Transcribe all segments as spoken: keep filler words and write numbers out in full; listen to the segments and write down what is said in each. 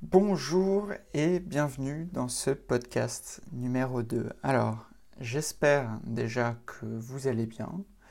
Bonjour et bienvenue dans ce podcast numéro deux. Alors, j'espère déjà que vous allez bien,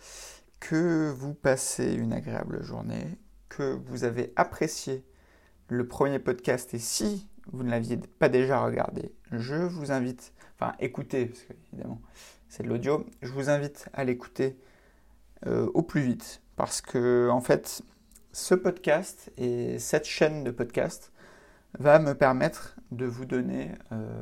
que vous passez une agréable journée, que vous avez apprécié le premier podcast et si vous ne l'aviez pas déjà regardé, je vous invite, enfin écoutez, parce que évidemment c'est de l'audio, je vous invite à l'écouter euh, au plus vite parce que en fait ce podcast et cette chaîne de podcast va me permettre de vous donner euh,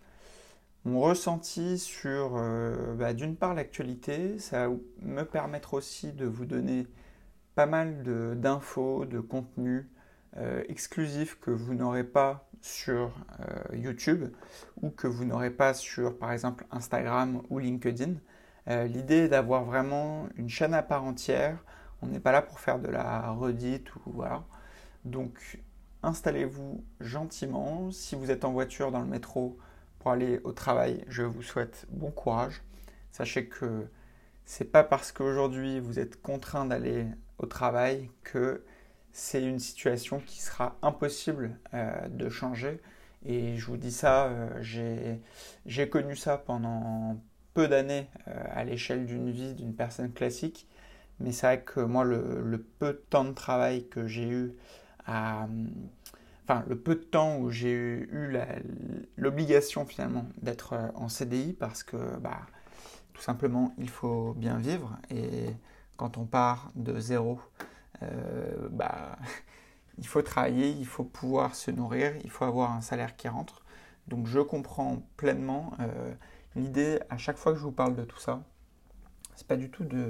mon ressenti sur, euh, bah, d'une part, l'actualité. Ça va me permettre aussi de vous donner pas mal de, d'infos, de contenus euh, exclusifs que vous n'aurez pas sur euh, YouTube ou que vous n'aurez pas sur, par exemple, Instagram ou LinkedIn. Euh, l'idée est d'avoir vraiment une chaîne à part entière. On n'est pas là pour faire de la redite ou voilà. Donc, installez-vous gentiment. Si vous êtes en voiture dans le métro pour aller au travail, je vous souhaite bon courage. Sachez que c'est pas parce qu'aujourd'hui vous êtes contraint d'aller au travail que c'est une situation qui sera impossible euh, de changer. Et je vous dis ça, euh, j'ai, j'ai connu ça pendant peu d'années euh, à l'échelle d'une vie d'une personne classique. Mais c'est vrai que moi, le, le peu de temps de travail que j'ai eu à, enfin, le peu de temps où j'ai eu la- l'obligation finalement d'être en C D I parce que bah, tout simplement il faut bien vivre et quand on part de zéro, euh, bah, il faut travailler, il faut pouvoir se nourrir, il faut avoir un salaire qui rentre. Donc je comprends pleinement euh, l'idée à chaque fois que je vous parle de tout ça. C'est pas du tout de,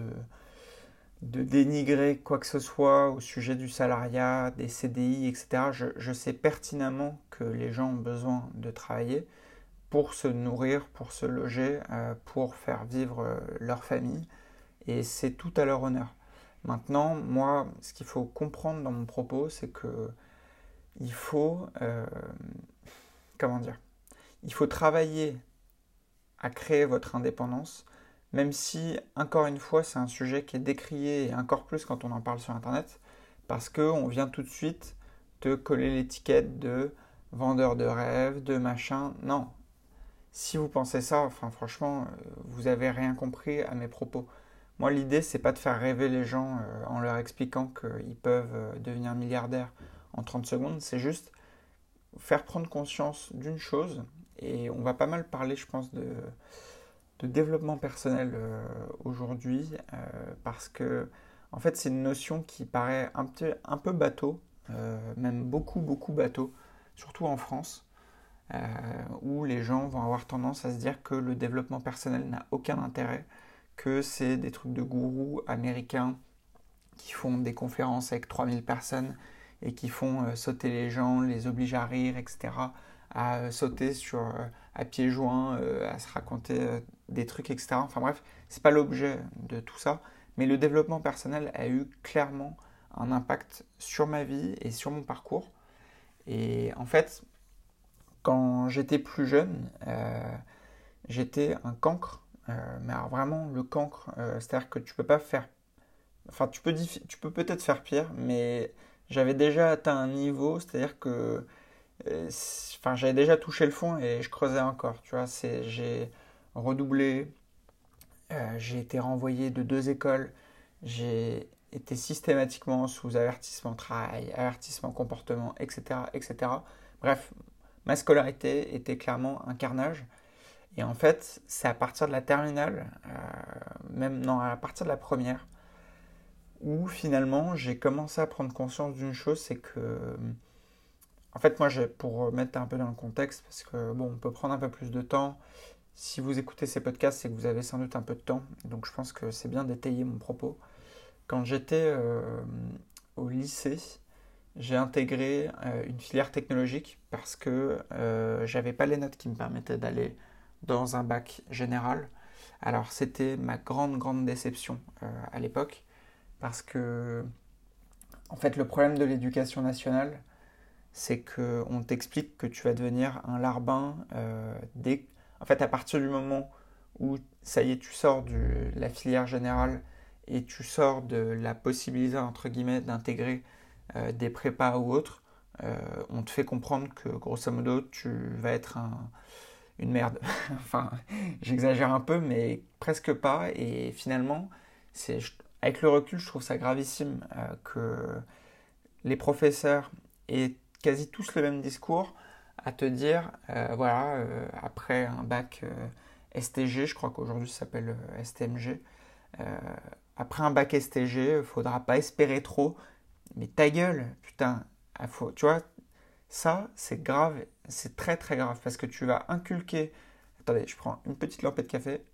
de dénigrer quoi que ce soit au sujet du salariat, des C D I, et cetera. Je, je sais pertinemment que les gens ont besoin de travailler pour se nourrir, pour se loger, euh, pour faire vivre euh, leur famille. Et c'est tout à leur honneur. Maintenant, moi, ce qu'il faut comprendre dans mon propos, c'est que il faut, euh, comment dire, il faut travailler à créer votre indépendance, même si, encore une fois, c'est un sujet qui est décrié, et encore plus quand on en parle sur Internet, parce qu'on vient tout de suite te coller l'étiquette de vendeur de rêves, de machin. Non. Si vous pensez ça, enfin franchement, euh, vous avez rien compris à mes propos. Moi, l'idée, c'est pas de faire rêver les gens euh, en leur expliquant qu'ils peuvent euh, devenir milliardaires en trente secondes, c'est juste faire prendre conscience d'une chose, et on va pas mal parler, je pense, de, de développement personnel euh, aujourd'hui, euh, parce que, en fait, c'est une notion qui paraît un, petit, un peu bateau, euh, même beaucoup, beaucoup bateau, surtout en France, euh, où les gens vont avoir tendance à se dire que le développement personnel n'a aucun intérêt, que c'est des trucs de gourous américains qui font des conférences avec trois mille personnes et qui font euh, sauter les gens, les obligent à rire, et cetera, à euh, sauter sur, euh, à pieds joints, euh, à se raconter euh, des trucs, et cetera. Enfin bref, c'est pas l'objet de tout ça, mais le développement personnel a eu clairement un impact sur ma vie et sur mon parcours. Et en fait, quand j'étais plus jeune, euh, j'étais un cancre, euh, mais alors vraiment le cancre, euh, c'est-à-dire que tu peux pas faire. Enfin, tu peux, diffi- tu peux peut-être faire pire, mais j'avais déjà atteint un niveau, c'est-à-dire que euh, c'est- enfin, j'avais déjà touché le fond et je creusais encore. Tu vois, c'est, j'ai redoublé, euh, j'ai été renvoyé de deux écoles, j'ai été systématiquement sous avertissement travail, avertissement comportement, et cetera, et cetera. Bref, ma scolarité était clairement un carnage. Et en fait, c'est à partir de la terminale, euh, même non, à partir de la première, où finalement j'ai commencé à prendre conscience d'une chose, c'est que, en fait, moi, j'ai, pour mettre un peu dans le contexte, parce que bon, on peut prendre un peu plus de temps. Si vous écoutez ces podcasts, c'est que vous avez sans doute un peu de temps, donc je pense que c'est bien d'étayer mon propos. Quand j'étais euh, au lycée, j'ai intégré euh, une filière technologique parce que euh, j'avais pas les notes qui me permettaient d'aller dans un bac général. Alors c'était ma grande grande déception euh, à l'époque parce que en fait le problème de l'éducation nationale c'est que on t'explique que tu vas devenir un larbin euh, dès en fait à partir du moment où ça y est tu sors de la filière générale et tu sors de la possibilité entre guillemets d'intégrer euh, des prépas ou autres, euh, on te fait comprendre que grosso modo tu vas être un, une merde. Enfin, j'exagère un peu, mais presque pas. Et finalement, c'est, avec le recul, je trouve ça gravissime euh, que les professeurs aient quasi tous le même discours à te dire, euh, voilà, euh, après un bac euh, S T G, je crois qu'aujourd'hui ça s'appelle euh, S T M G, euh, après un bac S T G, il faudra pas espérer trop, mais ta gueule, putain, ah, faut, tu vois, ça c'est grave, c'est très très grave, parce que tu vas inculquer, attendez, je prends une petite lampée de café,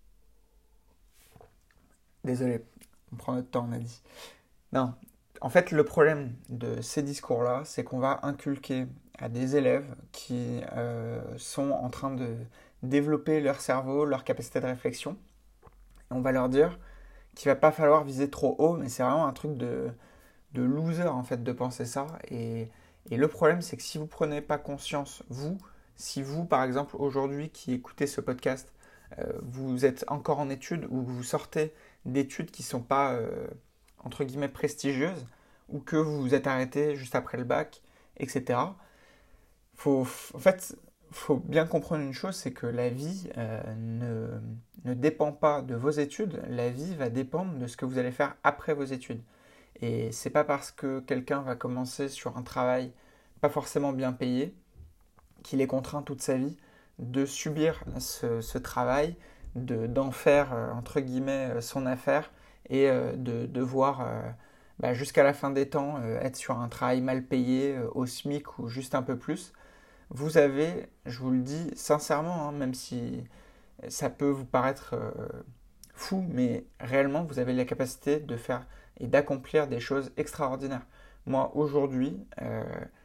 désolé, on prend notre temps, on a dit. Non, en fait, le problème de ces discours-là, c'est qu'on va inculquer à des élèves qui euh, sont en train de développer leur cerveau, leur capacité de réflexion. Et on va leur dire qu'il va pas falloir viser trop haut, mais c'est vraiment un truc de, de loser en fait de penser ça. Et, et le problème, c'est que si vous prenez pas conscience, vous, si vous, par exemple, aujourd'hui qui écoutez ce podcast, euh, vous êtes encore en études ou vous sortez d'études qui sont pas euh, entre guillemets prestigieuses ou que vous vous êtes arrêté juste après le bac, et cetera. Faut, en fait, faut bien comprendre une chose, c'est que la vie euh, ne, ne dépend pas de vos études, la vie va dépendre de ce que vous allez faire après vos études. Et c'est pas parce que quelqu'un va commencer sur un travail pas forcément bien payé qu'il est contraint toute sa vie de subir ce, ce travail, de, d'en faire euh, entre guillemets son affaire et euh, de devoir euh, bah, jusqu'à la fin des temps euh, être sur un travail mal payé euh, au SMIC ou juste un peu plus. Vous avez, je vous le dis sincèrement, hein, même si ça peut vous paraître euh, fou, mais réellement vous avez la capacité de faire et d'accomplir des choses extraordinaires. Moi aujourd'hui, euh,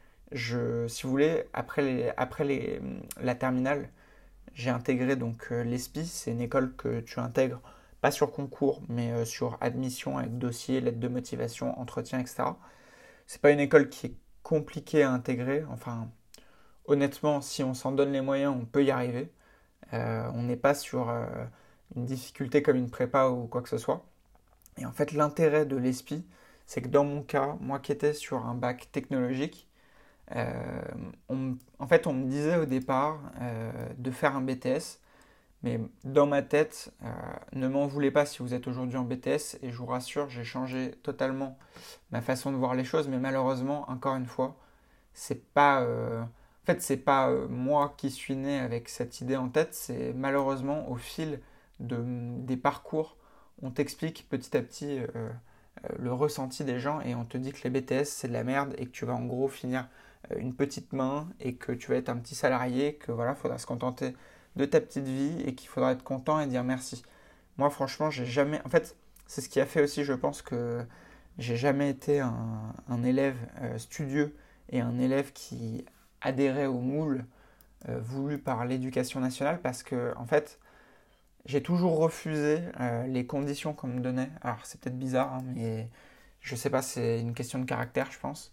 je, si vous voulez, après, les, après les, la terminale, j'ai intégré donc euh, l'E S P I, c'est une école que tu intègres pas sur concours, mais euh, sur admission avec dossier, lettre de motivation, entretien, et cetera. C'est pas une école qui est compliquée à intégrer. Enfin, honnêtement, si on s'en donne les moyens, on peut y arriver. Euh, on n'est pas sur euh, une difficulté comme une prépa ou quoi que ce soit. Et en fait, l'intérêt de l'E S P I, c'est que dans mon cas, moi qui étais sur un bac technologique, euh, on, en fait, on me disait au départ euh, de faire un B T S, mais dans ma tête, euh, ne m'en voulez pas si vous êtes aujourd'hui en B T S, et je vous rassure, j'ai changé totalement ma façon de voir les choses, mais malheureusement, encore une fois, c'est pas, euh, en fait, c'est pas euh, moi qui suis né avec cette idée en tête, c'est malheureusement au fil de, des parcours, on t'explique petit à petit euh, euh, le ressenti des gens et on te dit que les B T S c'est de la merde et que tu vas en gros finir euh, une petite main et que tu vas être un petit salarié, que voilà, faudra se contenter de ta petite vie et qu'il faudra être content et dire merci. Moi, franchement, j'ai jamais. En fait, c'est ce qui a fait aussi, je pense, que j'ai jamais été un, un élève euh, studieux et un élève qui adhérait au moule euh, voulu par l'éducation nationale parce que, en fait, j'ai toujours refusé euh, les conditions qu'on me donnait. Alors, c'est peut-être bizarre, hein, mais je sais pas, c'est une question de caractère, je pense.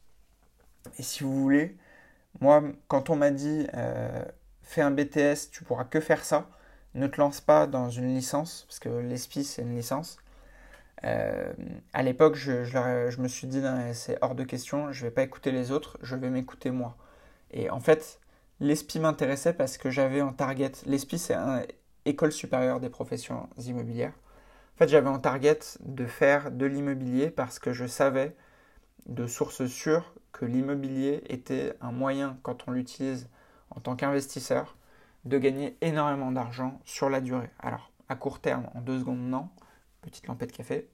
Et si vous voulez, moi, quand on m'a dit euh, fais un B T S, tu pourras que faire ça, ne te lance pas dans une licence, parce que l'E S P I c'est une licence. Euh, à l'époque, je, je, je me suis dit non, c'est hors de question, je vais pas écouter les autres, je vais m'écouter moi. Et en fait, l'E S P I m'intéressait parce que j'avais en target. L'E S P I c'est une école supérieure des professions immobilières. En fait, j'avais en target de faire de l'immobilier parce que je savais de sources sûres que l'immobilier était un moyen, quand on l'utilise en tant qu'investisseur, de gagner énormément d'argent sur la durée. Alors, à court terme, en deux secondes, non. Petite lampée de café.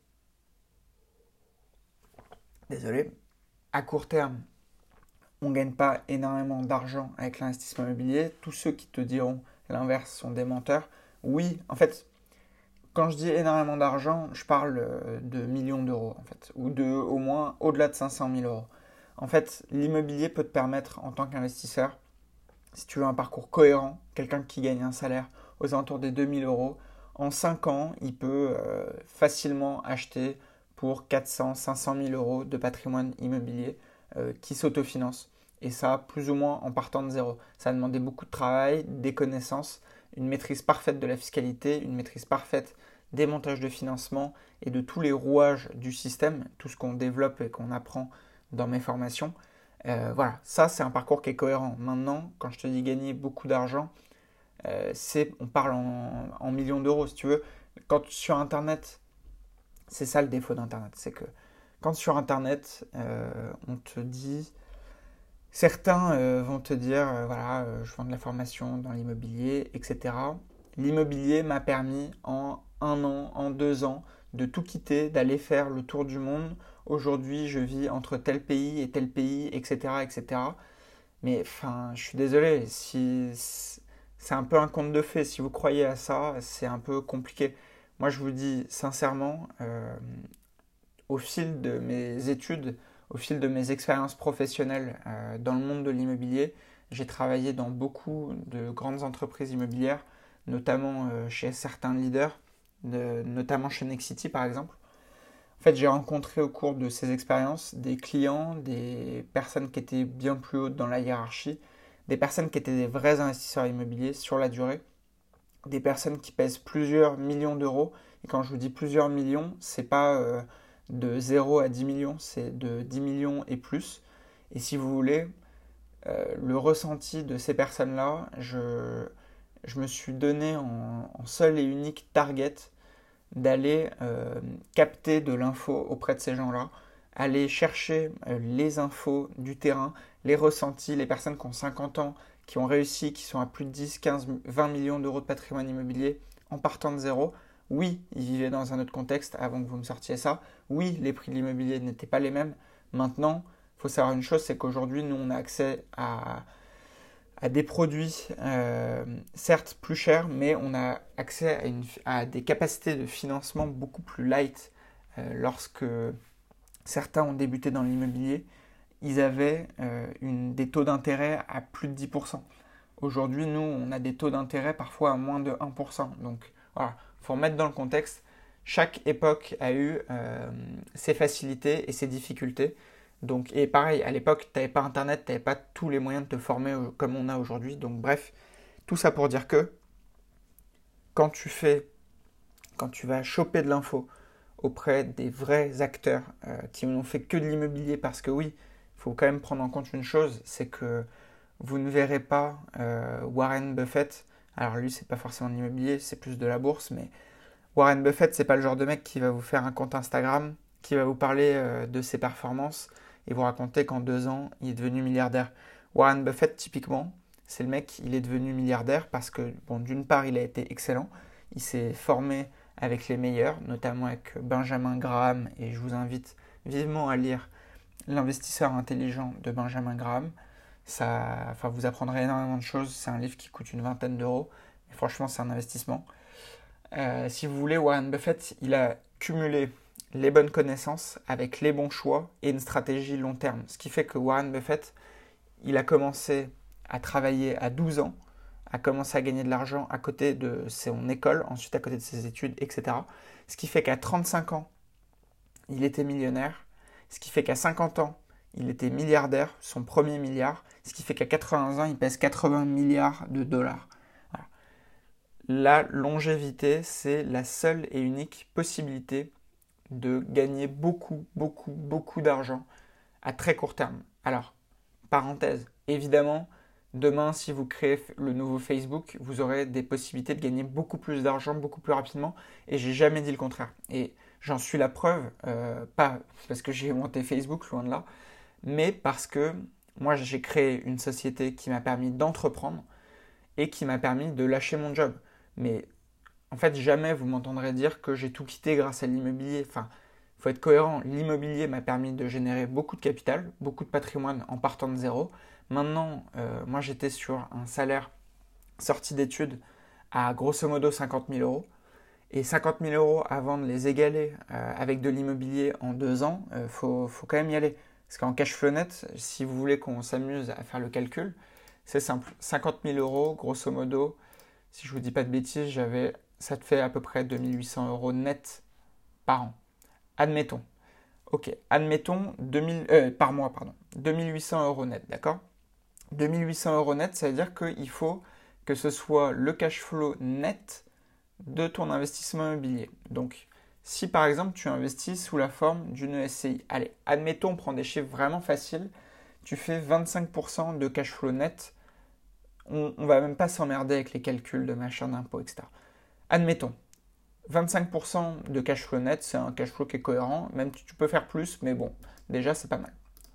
Désolé. À court terme, on ne gagne pas énormément d'argent avec l'investissement immobilier. Tous ceux qui te diront l'inverse sont des menteurs. Oui, en fait, quand je dis énormément d'argent, je parle de millions d'euros, en fait, ou de au moins au-delà de cinq cent mille euros. En fait, l'immobilier peut te permettre, en tant qu'investisseur, si tu veux un parcours cohérent, quelqu'un qui gagne un salaire aux alentours des deux mille euros, en cinq ans, il peut euh, facilement acheter pour quatre cents, cinq cent mille euros de patrimoine immobilier euh, qui s'autofinance. Et ça, plus ou moins en partant de zéro. Ça a demandé beaucoup de travail, des connaissances, une maîtrise parfaite de la fiscalité, une maîtrise parfaite des montages de financement et de tous les rouages du système, tout ce qu'on développe et qu'on apprend dans mes formations. Euh, voilà, ça c'est un parcours qui est cohérent. Maintenant, quand je te dis gagner beaucoup d'argent, euh, c'est, on parle en, en millions d'euros si tu veux. Quand sur Internet, c'est ça le défaut d'Internet, c'est que quand sur Internet, euh, on te dit, certains euh, vont te dire, euh, voilà, euh, je vends de la formation dans l'immobilier, et cetera. L'immobilier m'a permis en un an, en deux ans, de tout quitter, d'aller faire le tour du monde. Aujourd'hui, je vis entre tel pays et tel pays, et cetera, et cetera. Mais enfin, je suis désolé, si c'est un peu un conte de fées. Si vous croyez à ça, c'est un peu compliqué. Moi, je vous dis sincèrement, euh, au fil de mes études, au fil de mes expériences professionnelles euh, dans le monde de l'immobilier, j'ai travaillé dans beaucoup de grandes entreprises immobilières, notamment euh, chez certains leaders, de- notamment chez Nexity par exemple. En fait, j'ai rencontré au cours de ces expériences des clients, des personnes qui étaient bien plus hautes dans la hiérarchie, des personnes qui étaient des vrais investisseurs immobiliers sur la durée, des personnes qui pèsent plusieurs millions d'euros. Et quand je vous dis plusieurs millions, c'est pas euh, de zéro à dix millions, c'est de dix millions et plus. Et si vous voulez, euh, le ressenti de ces personnes-là, je, je me suis donné en, en seul et unique target d'aller euh, capter de l'info auprès de ces gens-là, aller chercher euh, les infos du terrain, les ressentis, les personnes qui ont cinquante ans, qui ont réussi, qui sont à plus de dix, quinze, vingt millions d'euros de patrimoine immobilier en partant de zéro. Oui, ils vivaient dans un autre contexte avant que vous me sortiez ça. Oui, les prix de l'immobilier n'étaient pas les mêmes. Maintenant, il faut savoir une chose, c'est qu'aujourd'hui, nous, on a accès à, à des produits, euh, certes plus chers, mais on a accès à, une, à des capacités de financement beaucoup plus light. Euh, lorsque certains ont débuté dans l'immobilier, ils avaient euh, une, des taux d'intérêt à plus de dix pour cent. Aujourd'hui, nous, on a des taux d'intérêt parfois à moins de un pour cent. Donc voilà, il faut remettre dans le contexte. Chaque époque a eu euh, ses facilités et ses difficultés. Donc, et pareil, à l'époque, tu n'avais pas Internet, tu n'avais pas tous les moyens de te former comme on a aujourd'hui. Donc bref, tout ça pour dire que quand tu fais, quand tu vas choper de l'info auprès des vrais acteurs euh, qui n'ont fait que de l'immobilier, parce que oui, il faut quand même prendre en compte une chose, c'est que vous ne verrez pas euh, Warren Buffett. Alors lui, c'est pas forcément de l'immobilier, c'est plus de la bourse, mais Warren Buffett, c'est pas le genre de mec qui va vous faire un compte Instagram, qui va vous parler euh, de ses performances et vous raconter qu'en deux ans, il est devenu milliardaire. Warren Buffett, typiquement, c'est le mec, il est devenu milliardaire parce que, bon, d'une part, il a été excellent, il s'est formé avec les meilleurs, notamment avec Benjamin Graham, et je vous invite vivement à lire L'investisseur intelligent de Benjamin Graham. Ça, enfin, vous apprendrez énormément de choses. C'est un livre qui coûte une vingtaine d'euros. Et franchement, c'est un investissement. Euh, si vous voulez, Warren Buffett, il a cumulé les bonnes connaissances avec les bons choix et une stratégie long terme. Ce qui fait que Warren Buffett, il a commencé à travailler à douze ans, a commencé à gagner de l'argent à côté de son école, ensuite à côté de ses études, et cetera. Ce qui fait qu'à trente-cinq ans, il était millionnaire. Ce qui fait qu'à cinquante ans, il était milliardaire, son premier milliard. Ce qui fait qu'à quatre-vingts ans, il pèse quatre-vingts milliards de dollars. Voilà. La longévité, c'est la seule et unique possibilité de gagner beaucoup, beaucoup, beaucoup d'argent à très court terme. Alors, parenthèse, évidemment, demain, si vous créez le nouveau Facebook, vous aurez des possibilités de gagner beaucoup plus d'argent, beaucoup plus rapidement, et j'ai jamais dit le contraire. Et j'en suis la preuve, euh, pas parce que j'ai monté Facebook, loin de là, mais parce que moi j'ai créé une société qui m'a permis d'entreprendre et qui m'a permis de lâcher mon job. Mais en fait, jamais vous m'entendrez dire que j'ai tout quitté grâce à l'immobilier. Enfin, il faut être cohérent. L'immobilier m'a permis de générer beaucoup de capital, beaucoup de patrimoine en partant de zéro. Maintenant, euh, moi j'étais sur un salaire sorti d'études à grosso modo cinquante mille euros. Et cinquante mille euros avant de les égaler euh, avec de l'immobilier en deux ans, il euh, faut, faut quand même y aller. Parce qu'en cash flow net, si vous voulez qu'on s'amuse à faire le calcul, c'est simple. cinquante mille euros, grosso modo, si je ne vous dis pas de bêtises, j'avais, ça te fait à peu près deux mille huit cents euros net par an. Admettons. Ok, admettons deux mille, euh, par mois, pardon. deux mille huit cents euros net, d'accord? deux mille huit cents euros net, ça veut dire qu'il faut que ce soit le cash flow net de ton investissement immobilier. Donc, si par exemple tu investis sous la forme d'une S C I, allez, admettons, on prend des chiffres vraiment faciles, tu fais vingt-cinq pour cent de cash flow net. On ne va même pas s'emmerder avec les calculs de machin d'impôts, et cetera. Admettons, vingt-cinq pour cent de cash flow net, c'est un cash flow qui est cohérent. Même tu peux faire plus, mais bon, déjà, c'est pas mal.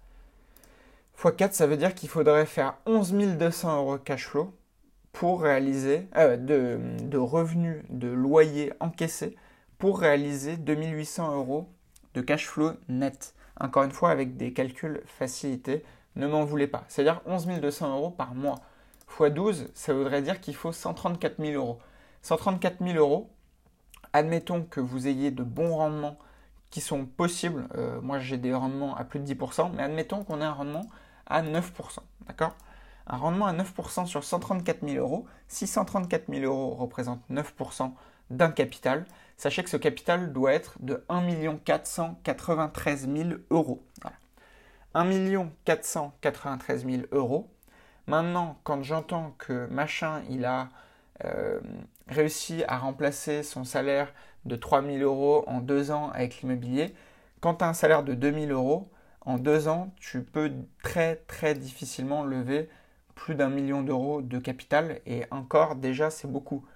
fois quatre, ça veut dire qu'il faudrait faire onze mille deux cents euros cash flow pour réaliser, euh, de, de revenus, de loyer encaissés, pour réaliser deux mille huit cents euros de cash flow net. Encore une fois, avec des calculs facilités, ne m'en voulez pas. C'est-à-dire onze mille deux cents euros par mois. fois douze, ça voudrait dire qu'il faut cent trente-quatre mille euros. cent trente-quatre mille euros, admettons que vous ayez de bons rendements qui sont possibles. Euh, moi, j'ai des rendements à plus de dix pour cent, mais admettons qu'on ait un rendement à neuf pour cent. D'accord ? Un rendement à neuf pour cent sur cent trente-quatre mille euros. Si cent trente-quatre mille euros représente neuf pour cent d'un capital, sachez que ce capital doit être de un million quatre cent quatre-vingt-treize mille euros. Voilà. un million quatre cent quatre-vingt-treize mille euros. Maintenant, quand j'entends que machin, il a euh, réussi à remplacer son salaire de trois mille euros en deux ans avec l'immobilier, quand tu as un salaire de deux mille euros, en deux ans, tu peux très très difficilement lever plus d'un million d'euros de capital, et encore, déjà, c'est beaucoup.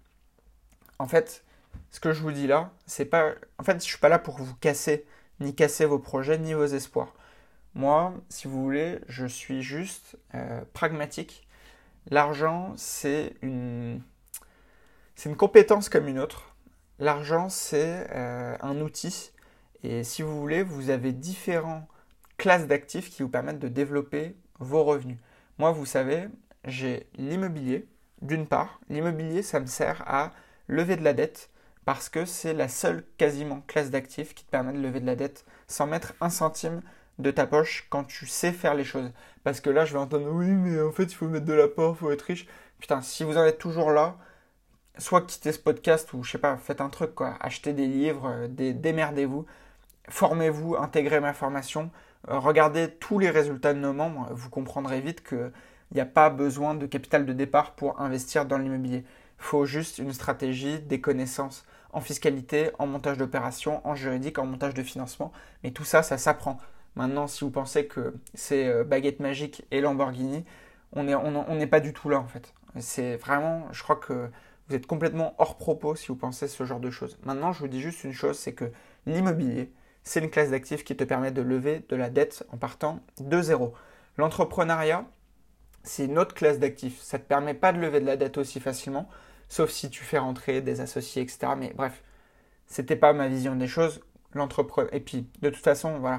En fait, ce que je vous dis là, c'est pas... En fait, je suis pas là pour vous casser, ni casser vos projets, ni vos espoirs. Moi, si vous voulez, je suis juste euh, pragmatique. L'argent, c'est une... c'est une compétence comme une autre. L'argent, c'est euh, un outil. Et si vous voulez, vous avez différentes classes d'actifs qui vous permettent de développer vos revenus. Moi, vous savez, j'ai l'immobilier. D'une part, l'immobilier, ça me sert à lever de la dette parce que c'est la seule quasiment classe d'actifs qui te permet de lever de la dette sans mettre un centime de ta poche quand tu sais faire les choses. Parce que là, je vais entendre « Oui, mais en fait, il faut mettre de l'apport, il faut être riche. » Putain, si vous en êtes toujours là, soit quittez ce podcast ou, je sais pas, faites un truc, quoi. Achetez des livres, des, démerdez-vous, formez-vous, intégrez ma formation, euh, regardez tous les résultats de nos membres, vous comprendrez vite qu'il n'y a pas besoin de capital de départ pour investir dans l'immobilier. Il faut juste une stratégie, des connaissances en fiscalité, en montage d'opérations, en juridique, en montage de financement. Mais tout ça, ça s'apprend. Maintenant, si vous pensez que c'est euh, baguette magique et Lamborghini, on n'est on, on n'est pas du tout là en fait. C'est vraiment, je crois que vous êtes complètement hors propos si vous pensez ce genre de choses. Maintenant, je vous dis juste une chose, c'est que l'immobilier, c'est une classe d'actifs qui te permet de lever de la dette en partant de zéro. L'entrepreneuriat, c'est une autre classe d'actifs. Ça ne te permet pas de lever de la dette aussi facilement, sauf si tu fais rentrer des associés, et cetera. Mais bref, c'était pas ma vision des choses. L'entrepreneur. Et puis, de toute façon, voilà.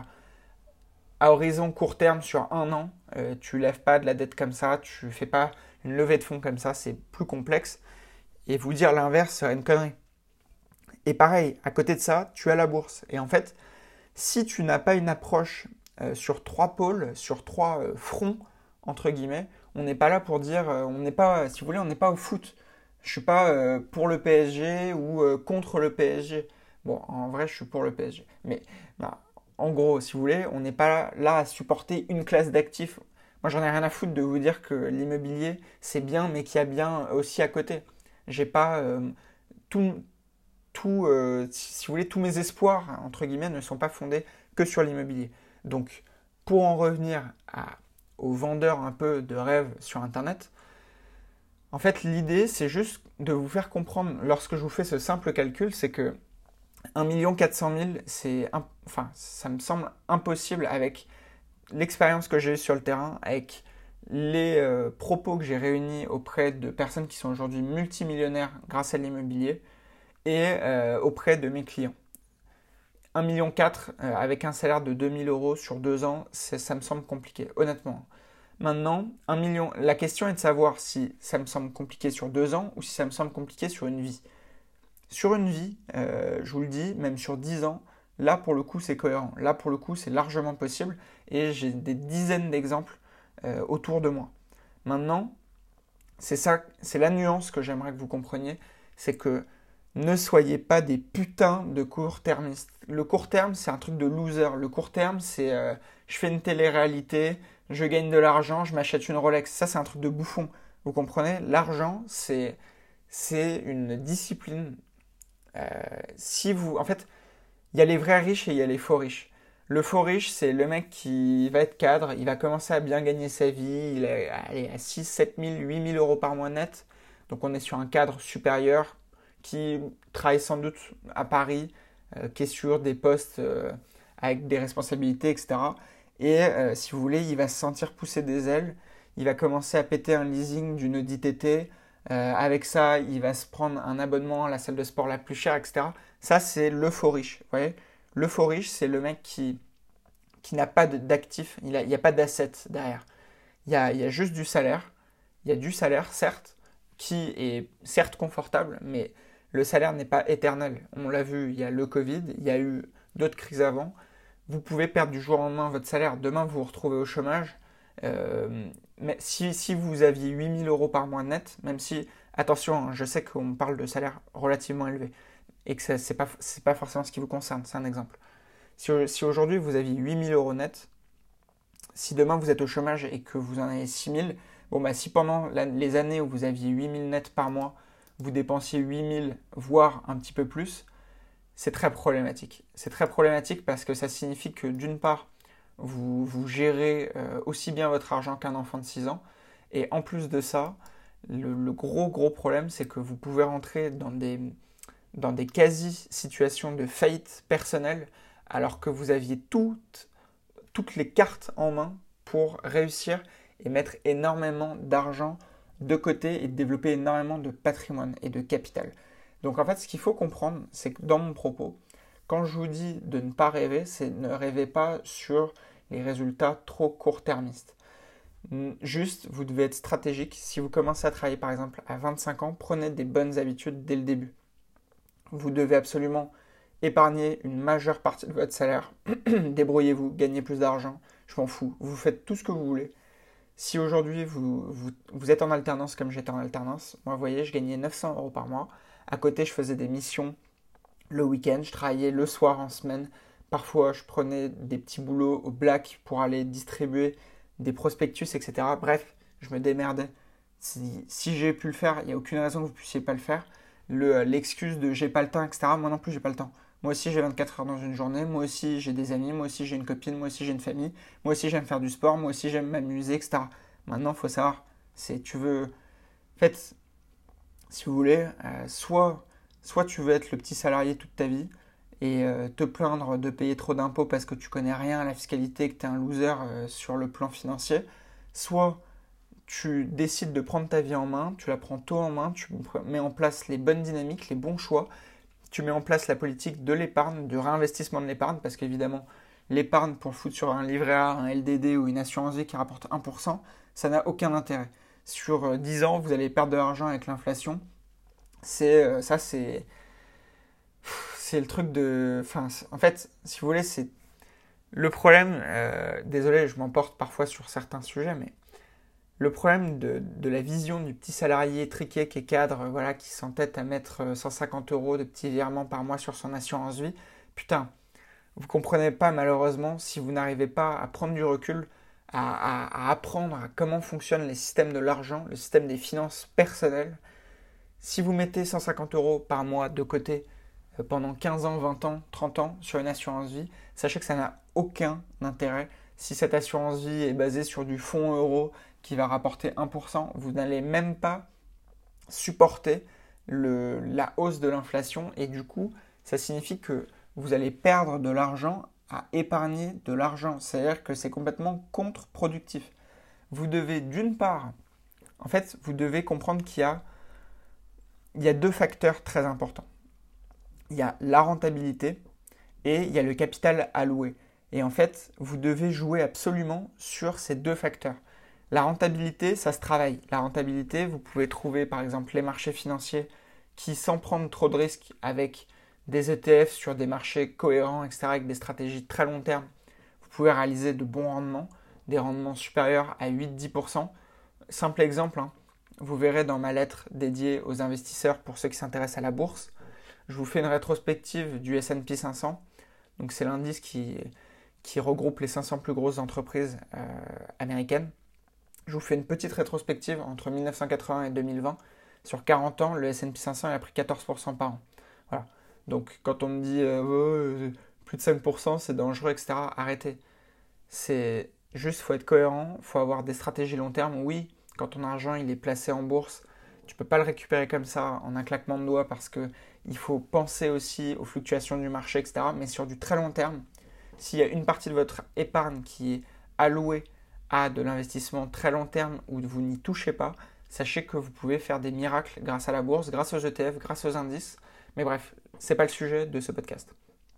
À horizon court terme, sur un an, euh, tu lèves pas de la dette comme ça, tu fais pas une levée de fonds comme ça, c'est plus complexe. Et vous dire l'inverse serait une connerie. Et pareil, à côté de ça, tu as la bourse. Et en fait, si tu n'as pas une approche euh, sur trois pôles, sur trois euh, fronts, entre guillemets, on n'est pas là pour dire, euh, on n'est pas, si vous voulez, on n'est pas au foot. Je suis pas euh, pour le P S G ou euh, contre le P S G. Bon, en vrai, je suis pour le P S G. Mais bah, en gros, si vous voulez, on n'est pas là, là à supporter une classe d'actifs. Moi, j'en ai rien à foutre de vous dire que l'immobilier, c'est bien, mais qu'il y a bien aussi à côté. J'ai pas euh, tout, tout euh, si vous voulez, tous mes espoirs, entre guillemets, ne sont pas fondés que sur l'immobilier. Donc, pour en revenir à, aux vendeurs un peu de rêves sur Internet, en fait, l'idée, c'est juste de vous faire comprendre, lorsque je vous fais ce simple calcul, c'est que un million quatre cent mille, c'est, enfin, ça me semble impossible avec l'expérience que j'ai eue sur le terrain, avec les euh, propos que j'ai réunis auprès de personnes qui sont aujourd'hui multimillionnaires grâce à l'immobilier et euh, auprès de mes clients. un million quatre euh, avec un salaire de deux mille euros sur deux ans, ça me semble compliqué, honnêtement. Maintenant, un million, la question est de savoir si ça me semble compliqué sur deux ans ou si ça me semble compliqué sur une vie. Sur une vie, euh, je vous le dis, même sur dix ans, là pour le coup c'est cohérent. Là pour le coup c'est largement possible et j'ai des dizaines d'exemples euh, autour de moi. Maintenant, c'est ça, c'est la nuance que j'aimerais que vous compreniez, c'est que ne soyez pas des putains de court-termistes. Le court terme, c'est un truc de loser. Le court terme, c'est euh, je fais une télé-réalité, je gagne de l'argent, je m'achète une Rolex. Ça, c'est un truc de bouffon. Vous comprenez? L'argent, c'est, c'est une discipline. Euh, si vous, en fait, il y a les vrais riches et il y a les faux riches. Le faux riche, c'est le mec qui va être cadre, il va commencer à bien gagner sa vie, il est allez, à six, sept mille, huit mille euros par mois net. Donc on est sur un cadre supérieur qui travaille sans doute à Paris, euh, qui est sur des postes euh, avec des responsabilités, et cetera. Et euh, si vous voulez, il va se sentir pousser des ailes, il va commencer à péter un leasing d'une Audi T T. Euh, avec ça, il va se prendre un abonnement à la salle de sport la plus chère, et cetera. Ça, c'est le faux riche. Vous voyez, le faux riche, c'est le mec qui, qui n'a pas d'actifs, il n'y a, a pas d'assets derrière. Il y a, il y a juste du salaire. Il y a du salaire, certes, qui est certes confortable, mais le salaire n'est pas éternel. On l'a vu, il y a le Covid, il y a eu d'autres crises avant. Vous pouvez perdre du jour au lendemain votre salaire. Demain, vous vous retrouvez au chômage. Euh, mais si, si vous aviez huit mille euros par mois net, même si, attention, je sais qu'on parle de salaire relativement élevé et que ce n'est pas, c'est pas forcément ce qui vous concerne, c'est un exemple. Si, si aujourd'hui vous aviez huit mille euros net, si demain vous êtes au chômage et que vous en avez six mille, bon bah si pendant la, les années où vous aviez huit mille net par mois, vous dépensiez huit mille, voire un petit peu plus, c'est très problématique. C'est très problématique parce que ça signifie que d'une part, vous, vous gérez euh, aussi bien votre argent qu'un enfant de six ans. Et en plus de ça, le, le gros gros problème, c'est que vous pouvez rentrer dans des, dans des quasi-situations de faillite personnelle alors que vous aviez toutes, toutes les cartes en main pour réussir et mettre énormément d'argent de côté et développer énormément de patrimoine et de capital. Donc en fait, ce qu'il faut comprendre, c'est que dans mon propos, quand je vous dis de ne pas rêver, c'est ne rêvez pas sur les résultats trop court-termistes. Juste, vous devez être stratégique. Si vous commencez à travailler par exemple à vingt-cinq ans, prenez des bonnes habitudes dès le début. Vous devez absolument épargner une majeure partie de votre salaire. Débrouillez-vous, gagnez plus d'argent, je m'en fous. Vous faites tout ce que vous voulez. Si aujourd'hui vous, vous, vous êtes en alternance comme j'étais en alternance, moi vous voyez, je gagnais neuf cents euros par mois. À côté, je faisais des missions le week-end, je travaillais le soir en semaine. Parfois, je prenais des petits boulots au black pour aller distribuer des prospectus, et cetera. Bref, je me démerdais. Si, si j'ai pu le faire, il n'y a aucune raison que vous ne puissiez pas le faire. Le, l'excuse de j'ai pas le temps, et cetera. Moi non plus, j'ai pas le temps. Moi aussi, j'ai vingt-quatre heures dans une journée. Moi aussi, j'ai des amis. Moi aussi, j'ai une copine. Moi aussi, j'ai une famille. Moi aussi, j'aime faire du sport. Moi aussi, j'aime m'amuser, et cetera. Maintenant, il faut savoir, c'est tu veux... En fait, si vous voulez, euh, soit, soit tu veux être le petit salarié toute ta vie et euh, te plaindre de payer trop d'impôts parce que tu connais rien à la fiscalité, que tu es un loser euh, sur le plan financier, soit tu décides de prendre ta vie en main, tu la prends tôt en main, tu mets en place les bonnes dynamiques, les bons choix, tu mets en place la politique de l'épargne, du réinvestissement de l'épargne, parce qu'évidemment, l'épargne pour le foutre sur un livret A, un L D D ou une assurance vie qui rapporte un pour cent, ça n'a aucun intérêt. Sur dix ans, vous allez perdre de l'argent avec l'inflation. C'est, ça, c'est, c'est le truc de... Enfin, en fait, si vous voulez, c'est le problème... Euh, désolé, je m'emporte parfois sur certains sujets, mais le problème de, de la vision du petit salarié triqué qui est cadre, voilà, qui s'entête à mettre cent cinquante euros de petits virements par mois sur son assurance vie, putain, vous ne comprenez pas malheureusement si vous n'arrivez pas à prendre du recul, à, à, à apprendre à comment fonctionnent les systèmes de l'argent, le système des finances personnelles. Si vous mettez cent cinquante euros par mois de côté euh, pendant quinze ans, vingt ans, trente ans sur une assurance vie, sachez que ça n'a aucun intérêt. Si cette assurance vie est basée sur du fonds euro qui va rapporter un pour cent, vous n'allez même pas supporter le, la hausse de l'inflation et du coup, ça signifie que vous allez perdre de l'argent à épargner de l'argent. C'est-à-dire que c'est complètement contre-productif. Vous devez d'une part, en fait, vous devez comprendre qu'il y a, il y a deux facteurs très importants. Il y a la rentabilité et il y a le capital alloué. Et en fait, vous devez jouer absolument sur ces deux facteurs. La rentabilité, ça se travaille. La rentabilité, vous pouvez trouver par exemple les marchés financiers qui, sans prendre trop de risques avec des E T F sur des marchés cohérents, et cetera, avec des stratégies de très long terme, vous pouvez réaliser de bons rendements, des rendements supérieurs à huit à dix pour cent. Simple exemple, hein, vous verrez dans ma lettre dédiée aux investisseurs pour ceux qui s'intéressent à la bourse, je vous fais une rétrospective du S and P cinq cents. Donc c'est l'indice qui, qui regroupe les cinq cents plus grosses entreprises euh, américaines. Je vous fais une petite rétrospective entre mille neuf cent quatre-vingts et deux mille vingt. Sur quarante ans, le S and P cinq cents il a pris quatorze pour cent par an. Voilà. Donc quand on me dit euh, oh, plus de cinq pour cent, c'est dangereux, et cetera. Arrêtez. C'est juste, il faut être cohérent, il faut avoir des stratégies long terme. Oui, quand ton argent il est placé en bourse, tu ne peux pas le récupérer comme ça en un claquement de doigts parce qu'il faut penser aussi aux fluctuations du marché, et cetera. Mais sur du très long terme, s'il y a une partie de votre épargne qui est allouée à de l'investissement très long terme où vous n'y touchez pas, sachez que vous pouvez faire des miracles grâce à la bourse, grâce aux E T F, grâce aux indices. Mais bref, ce n'est pas le sujet de ce podcast.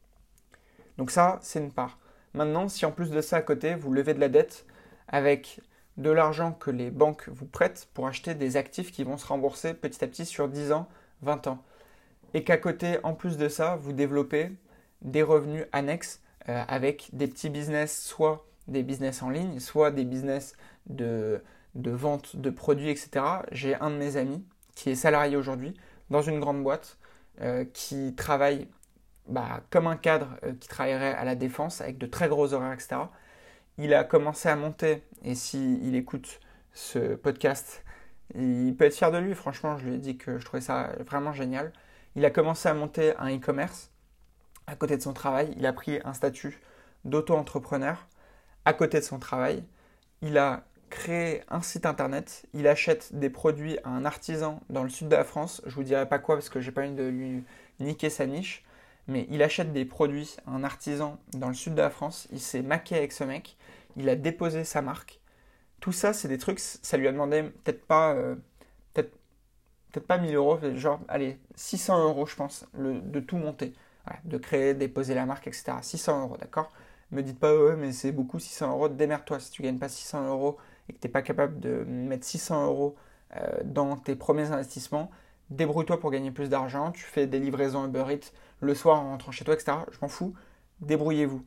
Donc ça, c'est une part. Maintenant, si en plus de ça, à côté, vous levez de la dette avec de l'argent que les banques vous prêtent pour acheter des actifs qui vont se rembourser petit à petit sur dix ans, vingt ans, et qu'à côté, en plus de ça, vous développez des revenus annexes euh, avec des petits business, soit des business en ligne, soit des business de, de vente de produits, et cetera. J'ai un de mes amis qui est salarié aujourd'hui dans une grande boîte euh, qui travaille bah, comme un cadre euh, qui travaillerait à la défense avec de très gros horaires, et cetera. Il a commencé à monter, et s'il écoute ce podcast, il peut être fier de lui. Franchement, je lui ai dit que je trouvais ça vraiment génial. Il a commencé à monter un e-commerce à côté de son travail. Il a pris un statut d'auto-entrepreneur à côté de son travail. Il a créé un site internet. Il achète des produits à un artisan dans le sud de la France. Je ne vous dirai pas quoi parce que j'ai pas envie de lui niquer sa niche. Mais il achète des produits à un artisan dans le sud de la France. Il s'est maqué avec ce mec. Il a déposé sa marque. Tout ça, c'est des trucs, ça lui a demandé peut-être pas, euh, peut-être, peut-être pas mille euros, genre, allez, six cents euros, je pense, le, de tout monter. Voilà, de créer, déposer la marque, et cetera. six cents euros, d'accord? Me dites pas, ouais, mais c'est beaucoup, six cents euros. Démerde-toi. Si tu gagnes pas six cents euros et que tu n'es pas capable de mettre six cents euros euh, dans tes premiers investissements, débrouille-toi pour gagner plus d'argent. Tu fais des livraisons Uber Eats le soir en rentrant chez toi, et cetera. Je m'en fous. Débrouillez-vous.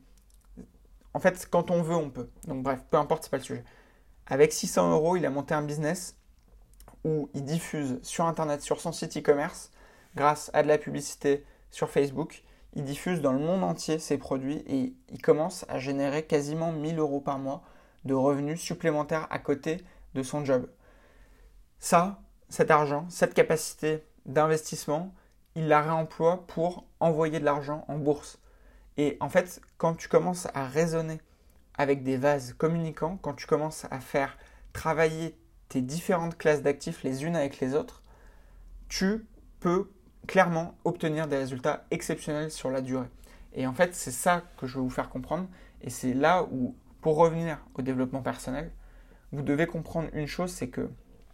En fait, quand on veut, on peut. Donc bref, peu importe, c'est pas le sujet. Avec six cents euros, il a monté un business où il diffuse sur Internet, sur son site e-commerce, grâce à de la publicité sur Facebook, il diffuse dans le monde entier ses produits et il commence à générer quasiment mille euros par mois de revenus supplémentaires à côté de son job. Ça, cet argent, cette capacité d'investissement, il la réemploie pour envoyer de l'argent en bourse. Et en fait, quand tu commences à raisonner avec des vases communicants, quand tu commences à faire travailler tes différentes classes d'actifs les unes avec les autres, tu peux clairement obtenir des résultats exceptionnels sur la durée. Et en fait, c'est ça que je veux vous faire comprendre. Et c'est là où, pour revenir au développement personnel, vous devez comprendre une chose, c'est que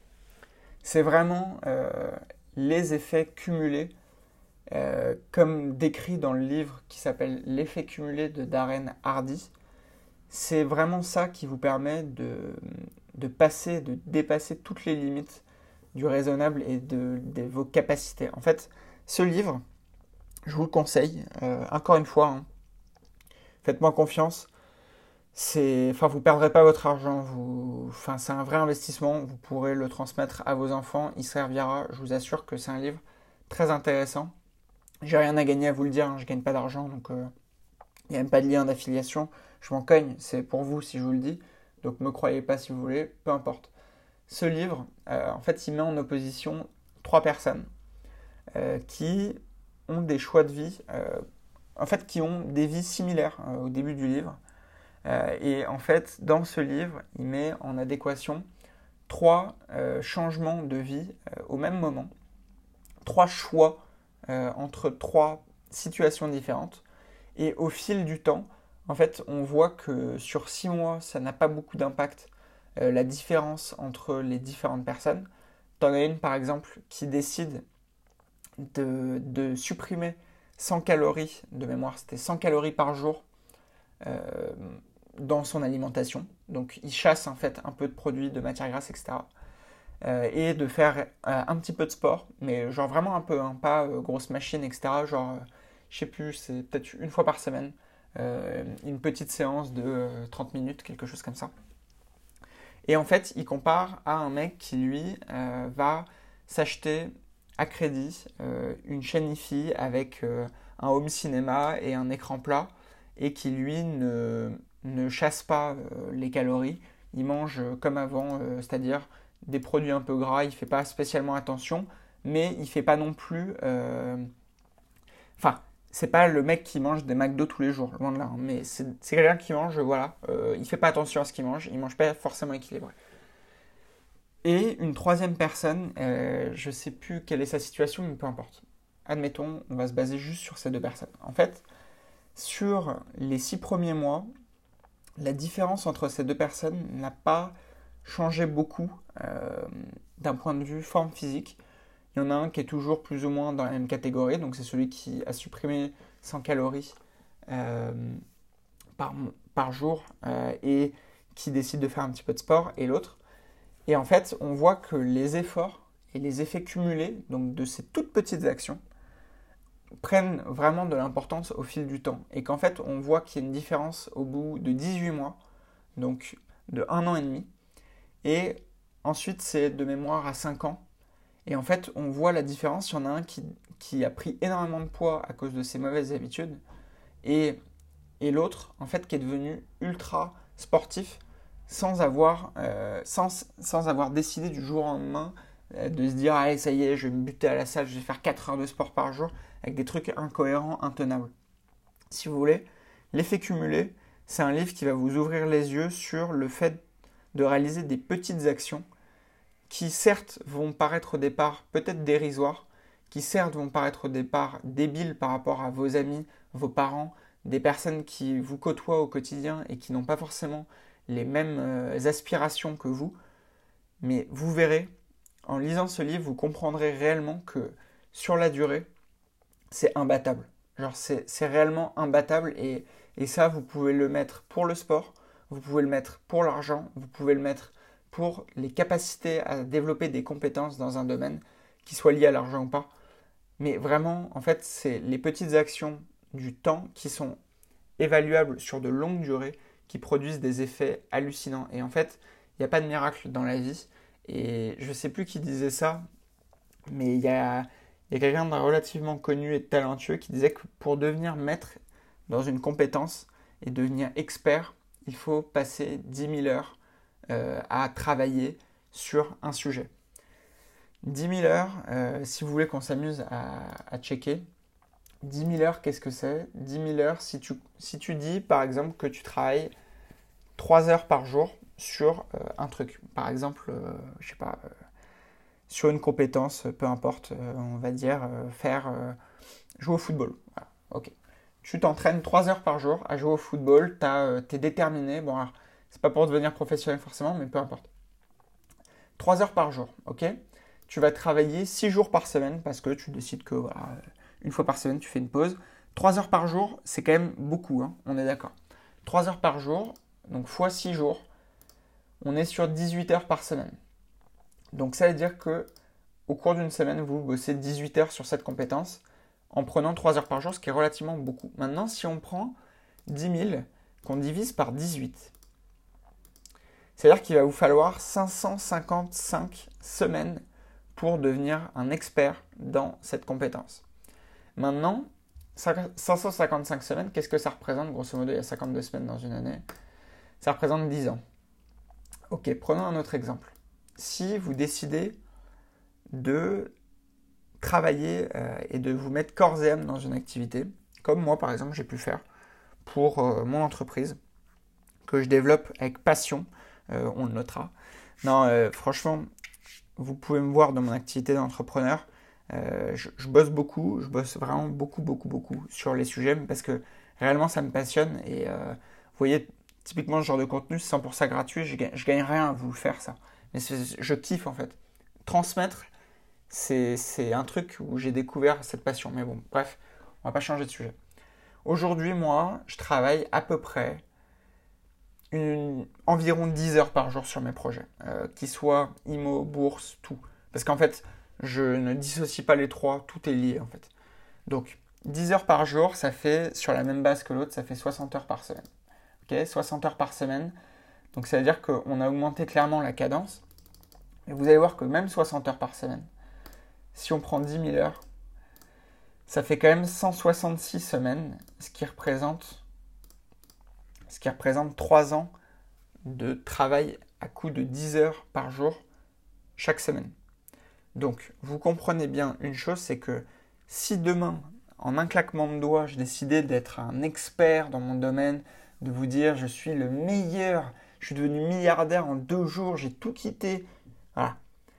c'est vraiment euh, les effets cumulés, euh, comme décrit dans le livre qui s'appelle « L'effet cumulé » de Darren Hardy. C'est vraiment ça qui vous permet de, de passer, de dépasser toutes les limites du raisonnable et de, de vos capacités. En fait, ce livre, je vous le conseille, euh, encore une fois, hein, faites-moi confiance, c'est, enfin, vous ne perdrez pas votre argent, vous, enfin, c'est un vrai investissement, vous pourrez le transmettre à vos enfants, il servira, je vous assure que c'est un livre très intéressant. J'ai rien à gagner à vous le dire, hein, je ne gagne pas d'argent, donc il euh, n'y a même pas de lien d'affiliation, je m'en cogne, c'est pour vous si je vous le dis, donc ne me croyez pas si vous voulez, peu importe. Ce livre, euh, en fait, il met en opposition trois personnes euh, qui ont des choix de vie, euh, en fait, qui ont des vies similaires euh, au début du livre. Euh, et en fait, dans ce livre, il met en adéquation trois euh, changements de vie euh, au même moment, trois choix euh, entre trois situations différentes. Et au fil du temps, en fait, on voit que sur six mois, ça n'a pas beaucoup d'impact. Euh, la différence entre les différentes personnes. T'en as une par exemple qui décide de, de supprimer cent calories de mémoire, c'était cent calories par jour euh, dans son alimentation. Donc il chasse en fait un peu de produits, de matières grasses, et cetera. Euh, et de faire euh, un petit peu de sport, mais genre vraiment un peu, hein, pas euh, grosse machine, et cetera. Genre, euh, je sais plus, c'est peut-être une fois par semaine, euh, une petite séance de euh, trente minutes, quelque chose comme ça. Et en fait, il compare à un mec qui, lui, euh, va s'acheter à crédit euh, une chaîne hi-fi avec euh, un home cinéma et un écran plat et qui, lui, ne, ne chasse pas euh, les calories. Il mange euh, comme avant, euh, c'est-à-dire des produits un peu gras. Il ne fait pas spécialement attention, mais il ne fait pas non plus... Euh... Enfin, c'est pas le mec qui mange des McDo tous les jours, loin de là, hein, mais c'est, c'est quelqu'un qui mange, voilà, euh, il fait pas attention à ce qu'il mange, il mange pas forcément équilibré. Et une troisième personne, euh, je sais plus quelle est sa situation, mais peu importe. Admettons, on va se baser juste sur ces deux personnes. En fait, sur les six premiers mois, la différence entre ces deux personnes n'a pas changé beaucoup euh, d'un point de vue forme physique. Il y en a un qui est toujours plus ou moins dans la même catégorie, donc c'est celui qui a supprimé cent calories euh, par, par jour euh, et qui décide de faire un petit peu de sport, et l'autre. Et en fait, on voit que les efforts et les effets cumulés, donc de ces toutes petites actions, prennent vraiment de l'importance au fil du temps. Et qu'en fait, on voit qu'il y a une différence au bout de dix-huit mois, donc de un an et demi. Et ensuite, c'est de mémoire à cinq ans. Et en fait, on voit la différence. Il y en a un qui, qui a pris énormément de poids à cause de ses mauvaises habitudes. Et, et l'autre, en fait, qui est devenu ultra sportif sans avoir, euh, sans, sans avoir décidé du jour au lendemain euh, de se dire ah, « ça y est, je vais me buter à la salle, je vais faire quatre heures de sport par jour » avec des trucs incohérents, intenables. Si vous voulez, l'effet cumulé, c'est un livre qui va vous ouvrir les yeux sur le fait de réaliser des petites actions qui certes vont paraître au départ peut-être dérisoires, qui certes vont paraître au départ débiles par rapport à vos amis, vos parents, des personnes qui vous côtoient au quotidien et qui n'ont pas forcément les mêmes euh, aspirations que vous, mais vous verrez, en lisant ce livre, vous comprendrez réellement que sur la durée, c'est imbattable. Genre c'est, c'est réellement imbattable et, et ça, vous pouvez le mettre pour le sport, vous pouvez le mettre pour l'argent, vous pouvez le mettre pour les capacités à développer des compétences dans un domaine qui soit lié à l'argent ou pas. Mais vraiment, en fait, c'est les petites actions du temps qui sont évaluables sur de longues durées qui produisent des effets hallucinants. Et en fait, il n'y a pas de miracle dans la vie. Et je ne sais plus qui disait ça, mais il y a, il y a quelqu'un de relativement connu et talentueux qui disait que pour devenir maître dans une compétence et devenir expert, il faut passer dix mille heures euh, à travailler sur un sujet. dix mille heures, euh, si vous voulez qu'on s'amuse à, à checker, dix mille heures, qu'est-ce que c'est ? dix mille heures, si tu, si tu dis par exemple que tu travailles trois heures par jour sur euh, un truc. Par exemple, euh, je sais pas, euh, sur une compétence, peu importe, euh, on va dire euh, faire euh, jouer au football. Voilà, ok. Tu t'entraînes trois heures par jour à jouer au football, euh, tu es déterminé. Bon, alors, c'est pas pour devenir professionnel forcément, mais peu importe. trois heures par jour, ok ? Tu vas travailler six jours par semaine parce que tu décides que voilà, une fois par semaine, tu fais une pause. trois heures par jour, c'est quand même beaucoup, hein, on est d'accord. trois heures par jour, donc fois six jours, on est sur dix-huit heures par semaine. Donc ça veut dire que au cours d'une semaine, vous bossez dix-huit heures sur cette compétence en prenant trois heures par jour, ce qui est relativement beaucoup. Maintenant, si on prend dix mille, qu'on divise par dix-huit, c'est-à-dire qu'il va vous falloir cinq cent cinquante-cinq semaines pour devenir un expert dans cette compétence. Maintenant, cinq cent cinquante-cinq semaines, qu'est-ce que ça représente ? Grosso modo, il y a cinquante-deux semaines dans une année. Ça représente dix ans. Ok, prenons un autre exemple. Si vous décidez de travailler euh, et de vous mettre corps et âme dans une activité, comme moi par exemple j'ai pu faire pour euh, mon entreprise, que je développe avec passion, euh, on le notera. Non, euh, franchement, vous pouvez me voir dans mon activité d'entrepreneur, euh, je, je bosse beaucoup, je bosse vraiment beaucoup, beaucoup, beaucoup sur les sujets parce que réellement ça me passionne et euh, vous voyez, typiquement ce genre de contenu, c'est cent pour cent gratuit, je gagne, je gagne rien à vous faire ça. Mais je kiffe en fait. Transmettre, c'est, c'est un truc où j'ai découvert cette passion. Mais bon, bref, on va pas changer de sujet. Aujourd'hui, moi, je travaille à peu près une, environ dix heures par jour sur mes projets. Euh, qu'ils soient I M O, bourse, tout. Parce qu'en fait, je ne dissocie pas les trois, tout est lié en fait. Donc, dix heures par jour, ça fait, sur la même base que l'autre, ça fait soixante heures par semaine. Ok, soixante heures par semaine. Donc ça veut dire qu'on a augmenté clairement la cadence. Et vous allez voir que même soixante heures par semaine, si on prend dix mille heures, ça fait quand même cent soixante-six semaines, ce qui représente, ce qui représente trois ans de travail à coup de dix heures par jour chaque semaine. Donc vous comprenez bien une chose, c'est que si demain en un claquement de doigts, j'ai décidé d'être un expert dans mon domaine, de vous dire je suis le meilleur, je suis devenu milliardaire en deux jours, j'ai tout quitté. Voilà.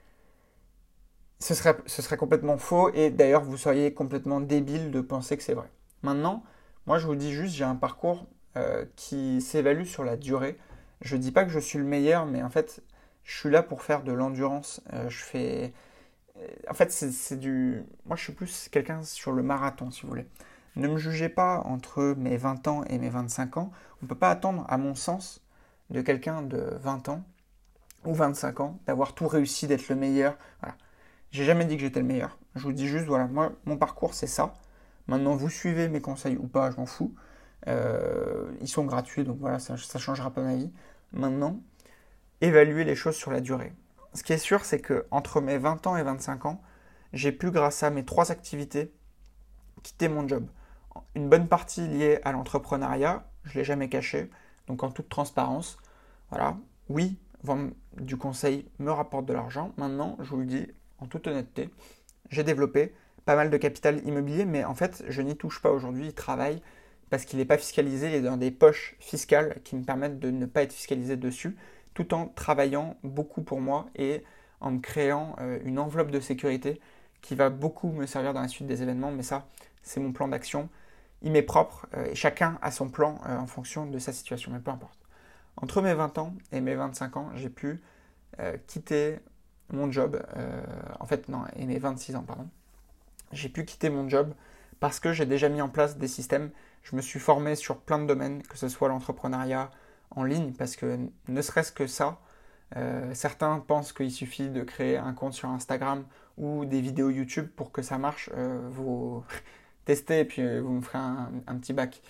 Ce serait, ce serait complètement faux et d'ailleurs vous seriez complètement débile de penser que c'est vrai. Maintenant, moi je vous dis juste, j'ai un parcours euh, qui s'évalue sur la durée. Je ne dis pas que je suis le meilleur, mais en fait, je suis là pour faire de l'endurance. Euh, je fais... En fait, c'est, c'est du... Moi je suis plus quelqu'un sur le marathon, si vous voulez. Ne me jugez pas entre mes vingt ans et mes vingt-cinq ans. On ne peut pas attendre, à mon sens, de quelqu'un de vingt ans ou vingt-cinq ans d'avoir tout réussi, d'être le meilleur. Voilà. J'ai jamais dit que j'étais le meilleur. Je vous dis juste, voilà, moi, mon parcours, c'est ça. Maintenant, vous suivez mes conseils ou pas, je m'en fous. Euh, ils sont gratuits, donc voilà, ça ne changera pas ma vie. Maintenant, évaluer les choses sur la durée. Ce qui est sûr, c'est que entre mes vingt ans et vingt-cinq ans, j'ai pu, grâce à mes trois activités, quitter mon job. Une bonne partie liée à l'entrepreneuriat, je ne l'ai jamais caché, donc en toute transparence. Voilà, oui, vendre du conseil me rapporte de l'argent. Maintenant, je vous le dis en toute honnêteté, j'ai développé pas mal de capital immobilier, mais en fait, je n'y touche pas aujourd'hui. Il travaille parce qu'il n'est pas fiscalisé, il est dans des poches fiscales qui me permettent de ne pas être fiscalisé dessus, tout en travaillant beaucoup pour moi et en me créant euh, une enveloppe de sécurité qui va beaucoup me servir dans la suite des événements. Mais ça, c'est mon plan d'action. Il m'est propre euh, et chacun a son plan euh, en fonction de sa situation, mais peu importe. Entre mes vingt ans et mes vingt-cinq ans, j'ai pu euh, quitter mon job, euh, en fait non, et mes vingt-six ans, pardon. J'ai pu quitter mon job parce que j'ai déjà mis en place des systèmes. Je me suis formé sur plein de domaines, que ce soit l'entrepreneuriat en ligne, parce que ne serait-ce que ça, euh, certains pensent qu'il suffit de créer un compte sur Instagram ou des vidéos YouTube pour que ça marche. Euh, vous testez et puis vous me ferez un, un petit bac.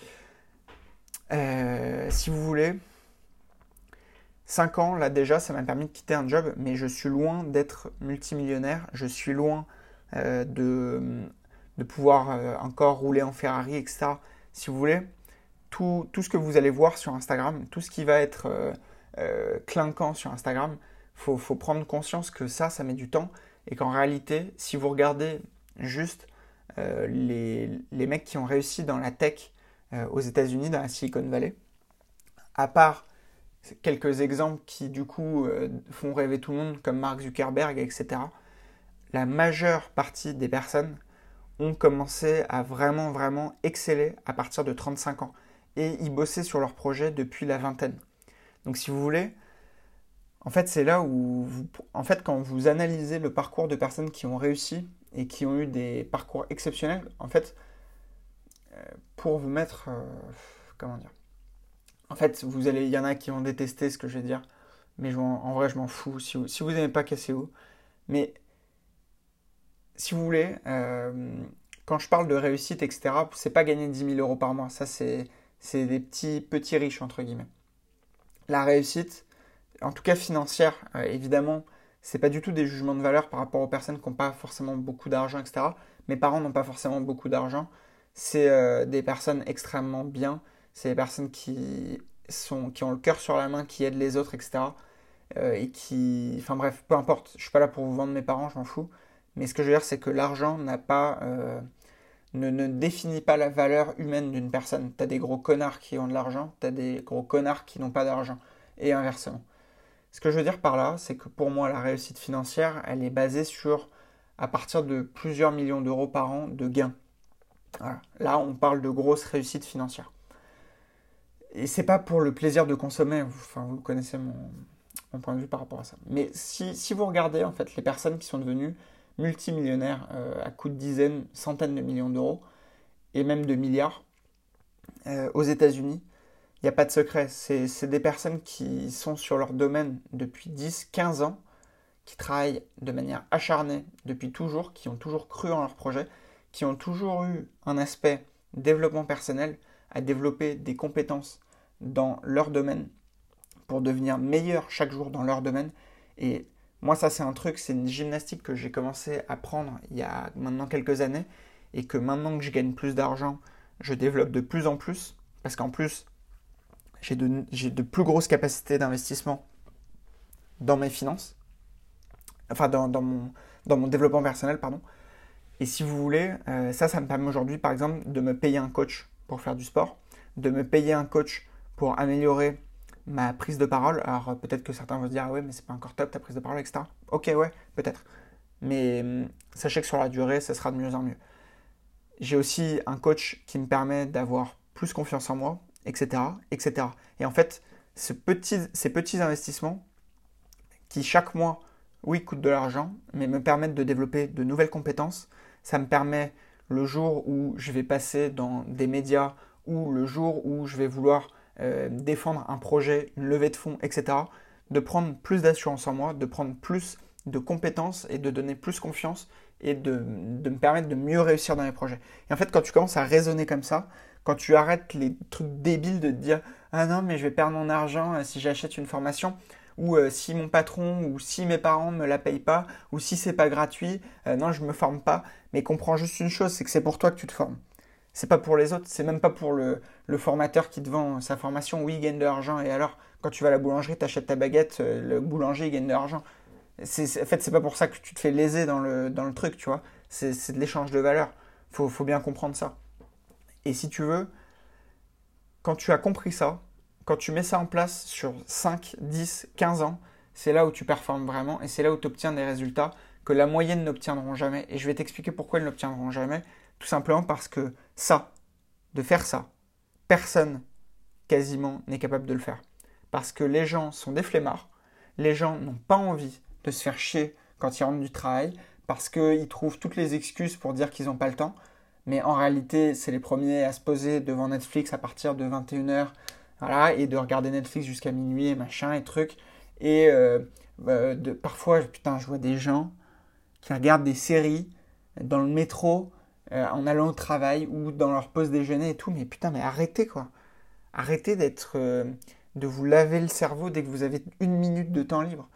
Euh, si vous voulez, cinq ans, là déjà, ça m'a permis de quitter un job, mais je suis loin d'être multimillionnaire, je suis loin euh, de, de pouvoir euh, encore rouler en Ferrari, et cetera. Si vous voulez, tout, tout ce que vous allez voir sur Instagram, tout ce qui va être euh, euh, clinquant sur Instagram, il faut, faut prendre conscience que ça, ça met du temps, et qu'en réalité, si vous regardez juste euh, les, les mecs qui ont réussi dans la tech euh, aux États-Unis, dans la Silicon Valley, à part quelques exemples qui du coup euh, font rêver tout le monde comme Mark Zuckerberg, et cetera. La majeure partie des personnes ont commencé à vraiment vraiment exceller à partir de trente-cinq ans et ils bossaient sur leur projet depuis la vingtaine. Donc si vous voulez, en fait c'est là où vous, en fait quand vous analysez le parcours de personnes qui ont réussi et qui ont eu des parcours exceptionnels, en fait euh, pour vous mettre euh, comment dire. En fait, vous allez, il y en a qui vont détester ce que je vais dire, mais je, en, en vrai, je m'en fous. Si vous, si vous n'aimez pas, cassez-vous. Mais si vous voulez, euh, quand je parle de réussite, et cetera, c'est pas gagner dix mille euros par mois. Ça, c'est, c'est des petits, petits riches, entre guillemets. La réussite, en tout cas financière, euh, évidemment, c'est pas du tout des jugements de valeur par rapport aux personnes qui n'ont pas forcément beaucoup d'argent, et cetera. Mes parents n'ont pas forcément beaucoup d'argent. C'est euh, des personnes extrêmement bien. C'est des personnes qui, sont, qui ont le cœur sur la main, qui aident les autres, et cetera. Euh, et qui... Enfin bref, peu importe. Je ne suis pas là pour vous vendre mes parents, je m'en fous. Mais ce que je veux dire, c'est que l'argent n'a pas, euh, ne, ne définit pas la valeur humaine d'une personne. Tu as des gros connards qui ont de l'argent, tu as des gros connards qui n'ont pas d'argent. Et inversement. Ce que je veux dire par là, c'est que pour moi, la réussite financière, elle est basée sur, à partir de plusieurs millions d'euros par an de gains. Voilà. Là, on parle de grosses réussites financières. Et c'est pas pour le plaisir de consommer, enfin vous connaissez mon, mon point de vue par rapport à ça. Mais si, si vous regardez en fait les personnes qui sont devenues multimillionnaires euh, à coups de dizaines, centaines de millions d'euros, et même de milliards, euh, aux États-Unis, il n'y a pas de secret. C'est, c'est des personnes qui sont sur leur domaine depuis dix, quinze ans, qui travaillent de manière acharnée depuis toujours, qui ont toujours cru en leur projet, qui ont toujours eu un aspect développement personnel, à développer des compétences dans leur domaine pour devenir meilleur chaque jour dans leur domaine. Et moi, ça, c'est un truc, c'est une gymnastique que j'ai commencé à prendre il y a maintenant quelques années et que maintenant que je gagne plus d'argent, je développe de plus en plus parce qu'en plus, j'ai de, j'ai de plus grosses capacités d'investissement dans mes finances, enfin dans, dans, mon, dans mon développement personnel, pardon. Et si vous voulez, euh, ça, ça me permet aujourd'hui, par exemple, de me payer un coach pour faire du sport, de me payer un coach pour améliorer ma prise de parole. Alors euh, peut-être que certains vont se dire, ah ouais, mais c'est pas encore top ta prise de parole, et cetera. Ok, ouais, peut-être. Mais euh, sachez que sur la durée, ça sera de mieux en mieux. J'ai aussi un coach qui me permet d'avoir plus confiance en moi, et cetera, et cetera. Et en fait, ce petit, ces petits investissements qui chaque mois, oui, coûtent de l'argent, mais me permettent de développer de nouvelles compétences, ça me permet le jour où je vais passer dans des médias ou le jour où je vais vouloir euh, défendre un projet, une levée de fonds, et cetera, de prendre plus d'assurance en moi, de prendre plus de compétences et de donner plus confiance et de, de me permettre de mieux réussir dans les projets. Et en fait, quand tu commences à raisonner comme ça, quand tu arrêtes les trucs débiles de te dire « Ah non, mais je vais perdre mon argent euh, si j'achète une formation », ou euh, si mon patron ou si mes parents ne me la payent pas, ou si c'est pas gratuit, euh, non, je me forme pas. Mais comprends juste une chose, c'est que c'est pour toi que tu te formes. C'est pas pour les autres, c'est même pas pour le, le formateur qui te vend sa formation. Oui, il gagne de l'argent, et alors, quand tu vas à la boulangerie, tu achètes ta baguette, euh, le boulanger, il gagne de l'argent. C'est, c'est, en fait, c'est pas pour ça que tu te fais léser dans le, dans le truc, tu vois. C'est, c'est de l'échange de valeurs. Faut, faut bien comprendre ça. Et si tu veux, quand tu as compris ça, quand tu mets ça en place sur cinq, dix, quinze ans, c'est là où tu performes vraiment et c'est là où tu obtiens des résultats que la moyenne n'obtiendront jamais. Et je vais t'expliquer pourquoi ils n'obtiendront jamais. Tout simplement parce que ça, de faire ça, personne quasiment n'est capable de le faire. Parce que les gens sont des flemmards, les gens n'ont pas envie de se faire chier quand ils rentrent du travail, parce qu'ils trouvent toutes les excuses pour dire qu'ils n'ont pas le temps. Mais en réalité, c'est les premiers à se poser devant Netflix à partir de vingt et une heures, voilà, et de regarder Netflix jusqu'à minuit et machin et trucs. Et euh, euh, de, parfois, putain, je vois des gens qui regardent des séries dans le métro, euh, en allant au travail ou dans leur pause déjeuner et tout. Mais putain, mais arrêtez quoi. Arrêtez d'être, euh, de vous laver le cerveau dès que vous avez une minute de temps libre.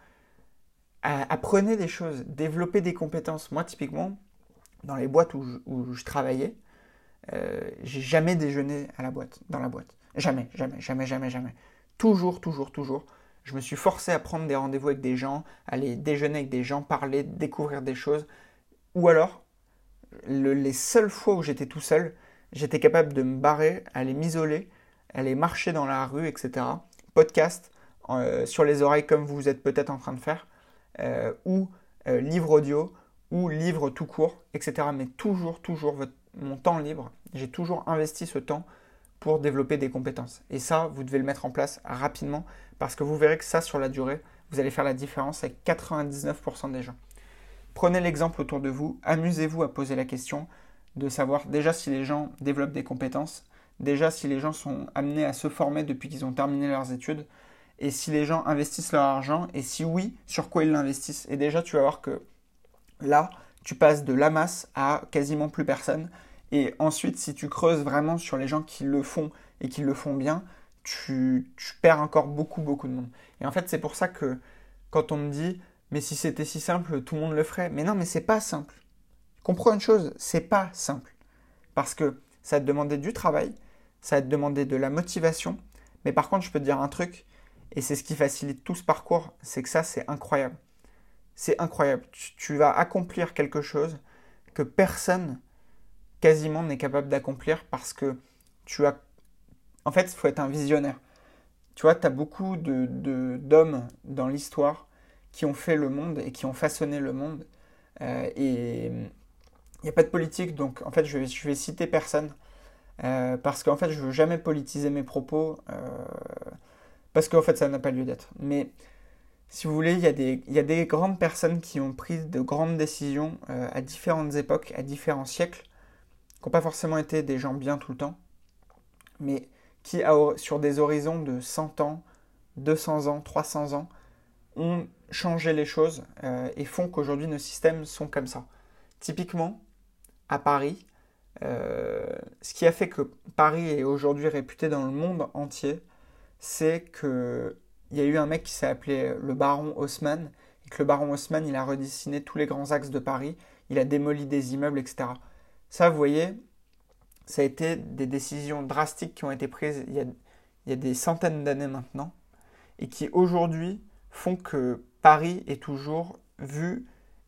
Apprenez des choses, développez des compétences. Moi, typiquement, dans les boîtes où je, où je travaillais, euh, j'ai jamais déjeuné à la boîte, dans la boîte. Jamais, jamais, jamais, jamais, jamais. Toujours, toujours, toujours. Je me suis forcé à prendre des rendez-vous avec des gens, aller déjeuner avec des gens, parler, découvrir des choses. Ou alors, le, les seules fois où j'étais tout seul, j'étais capable de me barrer, aller m'isoler, aller marcher dans la rue, et cetera. Podcast euh, sur les oreilles comme vous êtes peut-être en train de faire, euh, ou euh, livre audio, ou livre tout court, et cetera. Mais toujours, toujours, votre, mon temps libre, j'ai toujours investi ce temps pour développer des compétences. Et ça, vous devez le mettre en place rapidement, parce que vous verrez que ça, sur la durée, vous allez faire la différence avec quatre-vingt-dix-neuf pour cent des gens. Prenez l'exemple autour de vous, amusez-vous à poser la question de savoir déjà si les gens développent des compétences, déjà si les gens sont amenés à se former depuis qu'ils ont terminé leurs études, et si les gens investissent leur argent, et si oui, sur quoi ils l'investissent. Et déjà, tu vas voir que là, tu passes de la masse à quasiment plus personne. Et ensuite, si tu creuses vraiment sur les gens qui le font et qui le font bien, tu, tu perds encore beaucoup, beaucoup de monde. Et en fait, c'est pour ça que quand on me dit « mais si c'était si simple, tout le monde le ferait ». Mais non, mais c'est pas simple. Comprends une chose, c'est pas simple. Parce que ça va te demander du travail, ça va te demander de la motivation. Mais par contre, je peux te dire un truc, et c'est ce qui facilite tout ce parcours, c'est que ça, c'est incroyable. C'est incroyable. Tu, tu vas accomplir quelque chose que personne quasiment n'est capable d'accomplir parce que tu as... En fait, il faut être un visionnaire. Tu vois, tu as beaucoup de, de, d'hommes dans l'histoire qui ont fait le monde et qui ont façonné le monde. Euh, et il n'y a pas de politique, donc en fait, je vais, je vais citer personne. Euh, parce qu'en fait, je ne veux jamais politiser mes propos. Euh, parce qu'en fait, ça n'a pas lieu d'être. Mais si vous voulez, il y a des, il y a des grandes personnes qui ont pris de grandes décisions euh, à différentes époques, à différents siècles, qui n'ont pas forcément été des gens bien tout le temps, mais qui, sur des horizons de cent ans, deux cents ans, trois cents ans, ont changé les choses euh, et font qu'aujourd'hui nos systèmes sont comme ça. Typiquement, à Paris, euh, ce qui a fait que Paris est aujourd'hui réputé dans le monde entier, c'est qu'il y a eu un mec qui s'est appelé le baron Haussmann, et que le baron Haussmann, il a redessiné tous les grands axes de Paris, il a démoli des immeubles, et cetera. Ça, vous voyez, ça a été des décisions drastiques qui ont été prises il y a, il y a des centaines d'années maintenant, et qui aujourd'hui font que Paris est toujours vu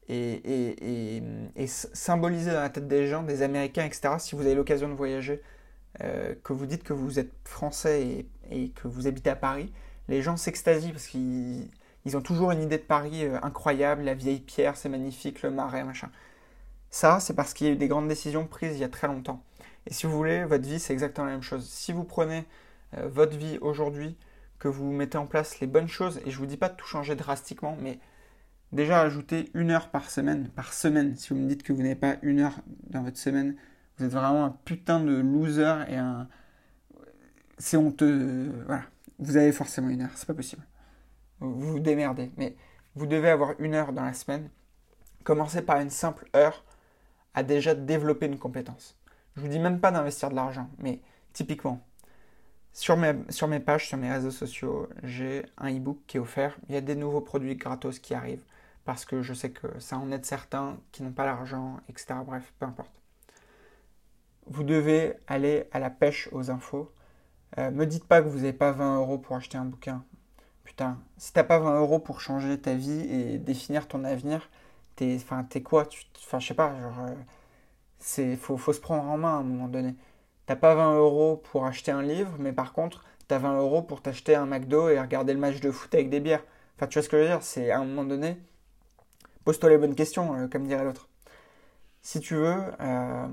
et, et, et, et symboliser dans la tête des gens, des Américains, et cetera. Si vous avez l'occasion de voyager, euh, que vous dites que vous êtes français et, et que vous habitez à Paris, les gens s'extasient parce qu'ils ils ont toujours une idée de Paris euh, incroyable, la vieille pierre, c'est magnifique, le marais, machin. Ça, c'est parce qu'il y a eu des grandes décisions prises il y a très longtemps. Et si vous voulez, votre vie, c'est exactement la même chose. Si vous prenez euh, votre vie aujourd'hui, que vous mettez en place les bonnes choses, et je vous dis pas de tout changer drastiquement, mais déjà ajouter une heure par semaine, par semaine. Si vous me dites que vous n'avez pas une heure dans votre semaine, vous êtes vraiment un putain de loser et un... C'est honteux. Voilà. Vous avez forcément une heure, c'est pas possible. Vous vous démerdez. Mais vous devez avoir une heure dans la semaine. Commencez par une simple heure à déjà développer une compétence. Je vous dis même pas d'investir de l'argent, mais typiquement, sur mes, sur mes pages, sur mes réseaux sociaux, j'ai un e-book qui est offert. Il y a des nouveaux produits gratos qui arrivent parce que je sais que ça en aide certains qui n'ont pas l'argent, et cetera. Bref, peu importe. Vous devez aller à la pêche aux infos. Euh, me dites pas que vous n'avez pas vingt euros pour acheter un bouquin. Putain, si t'as pas vingt euros pour changer ta vie et définir ton avenir, t'es, enfin, t'es quoi tu, Enfin, je sais pas, genre, euh, c'est, faut, faut se prendre en main à un moment donné. T'as pas vingt euros pour acheter un livre, mais par contre, t'as vingt euros pour t'acheter un McDo et regarder le match de foot avec des bières. Enfin, tu vois ce que je veux dire? C'est à un moment donné, pose-toi les bonnes questions, euh, comme dirait l'autre. Si tu veux, euh,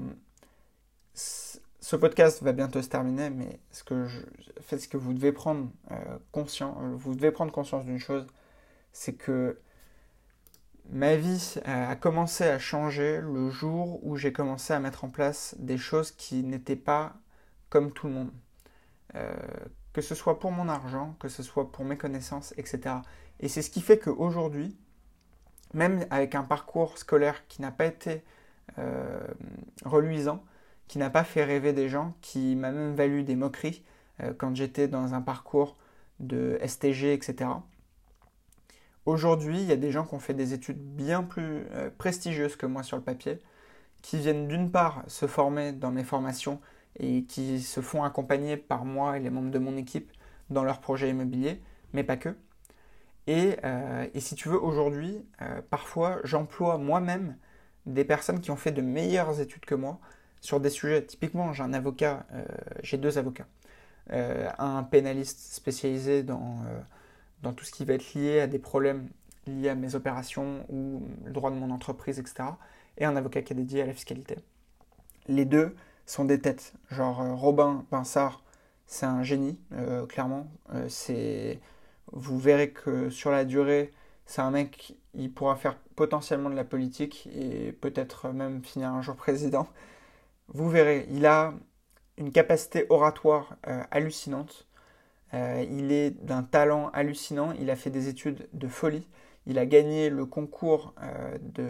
ce podcast va bientôt se terminer, mais ce que je, en fait, ce que vous devez prendre euh, conscient, vous devez prendre conscience d'une chose, c'est que ma vie a commencé à changer le jour où j'ai commencé à mettre en place des choses qui n'étaient pas comme tout le monde. Euh, que ce soit pour mon argent, que ce soit pour mes connaissances, et cetera. Et c'est ce qui fait qu'aujourd'hui, même avec un parcours scolaire qui n'a pas été euh, reluisant, qui n'a pas fait rêver des gens, qui m'a même valu des moqueries euh, quand j'étais dans un parcours de S T G, et cetera. Aujourd'hui, il y a des gens qui ont fait des études bien plus euh, prestigieuses que moi sur le papier, qui viennent d'une part se former dans mes formations et qui se font accompagner par moi et les membres de mon équipe dans leurs projets immobiliers, mais pas que. Et, euh, et si tu veux, aujourd'hui, euh, parfois, j'emploie moi-même des personnes qui ont fait de meilleures études que moi sur des sujets. Typiquement, j'ai un avocat, euh, j'ai deux avocats. Euh, un pénaliste spécialisé dans... Euh, dans tout ce qui va être lié à des problèmes liés à mes opérations ou le droit de mon entreprise, et cetera. Et un avocat qui est dédié à la fiscalité. Les deux sont des têtes. Genre euh, Robin Pinsard, c'est un génie, euh, clairement. Euh, c'est... Vous verrez que sur la durée, c'est un mec, il pourra faire potentiellement de la politique et peut-être même finir un jour président. Vous verrez, il a une capacité oratoire euh, hallucinante. Euh, il est d'un talent hallucinant, il a fait des études de folie, il a gagné le concours euh, de,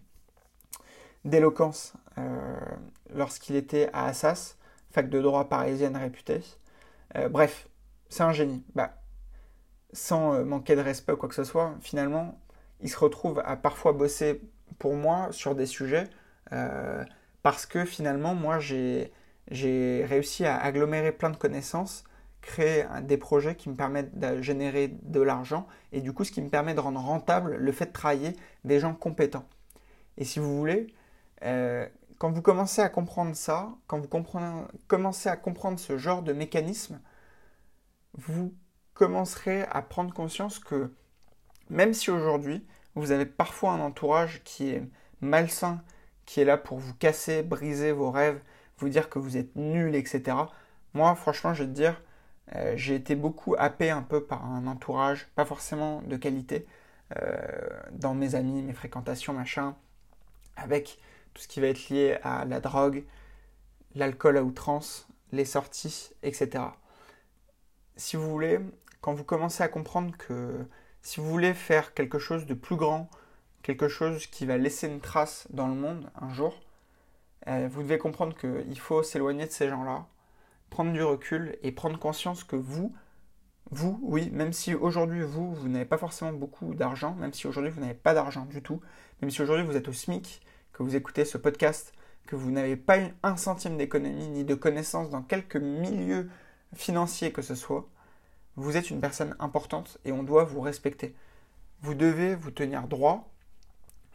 d'éloquence euh, lorsqu'il était à Assas, fac de droit parisienne réputée. Euh, bref, c'est un génie. Bah, sans euh, manquer de respect ou quoi que ce soit, finalement, il se retrouve à parfois bosser pour moi sur des sujets euh, parce que finalement, moi, j'ai, j'ai réussi à agglomérer plein de connaissances, créer des projets qui me permettent de générer de l'argent et du coup ce qui me permet de rendre rentable le fait de travailler des gens compétents. Et si vous voulez, euh, quand vous commencez à comprendre ça, quand vous commencez à comprendre ce genre de mécanisme, vous commencerez à prendre conscience que même si aujourd'hui vous avez parfois un entourage qui est malsain, qui est là pour vous casser, briser vos rêves, vous dire que vous êtes nul, et cetera. Moi, franchement, je vais te dire, Euh, j'ai été beaucoup happé un peu par un entourage, pas forcément de qualité, euh, dans mes amis, mes fréquentations, machin, avec tout ce qui va être lié à la drogue, l'alcool à outrance, les sorties, et cetera. Si vous voulez, quand vous commencez à comprendre que si vous voulez faire quelque chose de plus grand, quelque chose qui va laisser une trace dans le monde un jour, euh, vous devez comprendre qu'il faut s'éloigner de ces gens-là, prendre du recul et prendre conscience que vous, vous, oui, même si aujourd'hui vous, vous n'avez pas forcément beaucoup d'argent, même si aujourd'hui vous n'avez pas d'argent du tout, même si aujourd'hui vous êtes au SMIC, que vous écoutez ce podcast, que vous n'avez pas un centime d'économie ni de connaissances dans quelque milieu financier que ce soit, vous êtes une personne importante et on doit vous respecter. Vous devez vous tenir droit,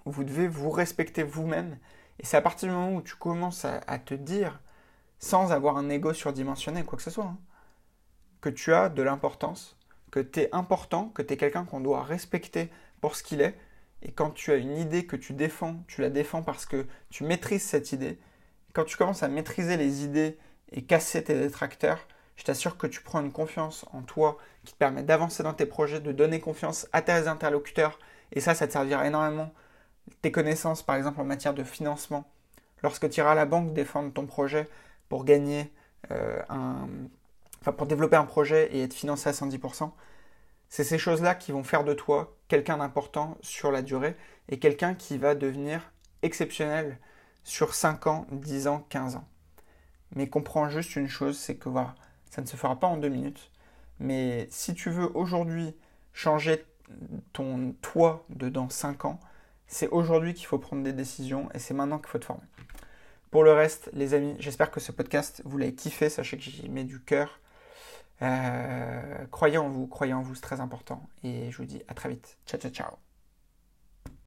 vous devez vous respecter vous-même. Et c'est à partir du moment où tu commences à, à te dire, sans avoir un ego surdimensionné, quoi que ce soit, hein, que tu as de l'importance, que tu es important, que tu es quelqu'un qu'on doit respecter pour ce qu'il est. Et quand tu as une idée que tu défends, tu la défends parce que tu maîtrises cette idée. Quand tu commences à maîtriser les idées et casser tes détracteurs, je t'assure que tu prends une confiance en toi qui te permet d'avancer dans tes projets, de donner confiance à tes interlocuteurs. Et ça, ça te servira énormément. Tes connaissances, par exemple, en matière de financement. Lorsque tu iras à la banque défendre ton projet pour gagner euh, un... Enfin, pour développer un projet et être financé à cent dix pour cent, c'est ces choses-là qui vont faire de toi quelqu'un d'important sur la durée et quelqu'un qui va devenir exceptionnel sur cinq ans, dix ans, quinze ans. Mais comprends juste une chose, c'est que voilà, ça ne se fera pas en deux minutes. Mais si tu veux aujourd'hui changer ton toi de dans cinq ans, c'est aujourd'hui qu'il faut prendre des décisions et c'est maintenant qu'il faut te former. Pour le reste, les amis, j'espère que ce podcast, vous l'avez kiffé. Sachez que j'y mets du cœur. Euh, croyez en vous, croyez en vous, c'est très important. Et je vous dis à très vite. Ciao, ciao, ciao.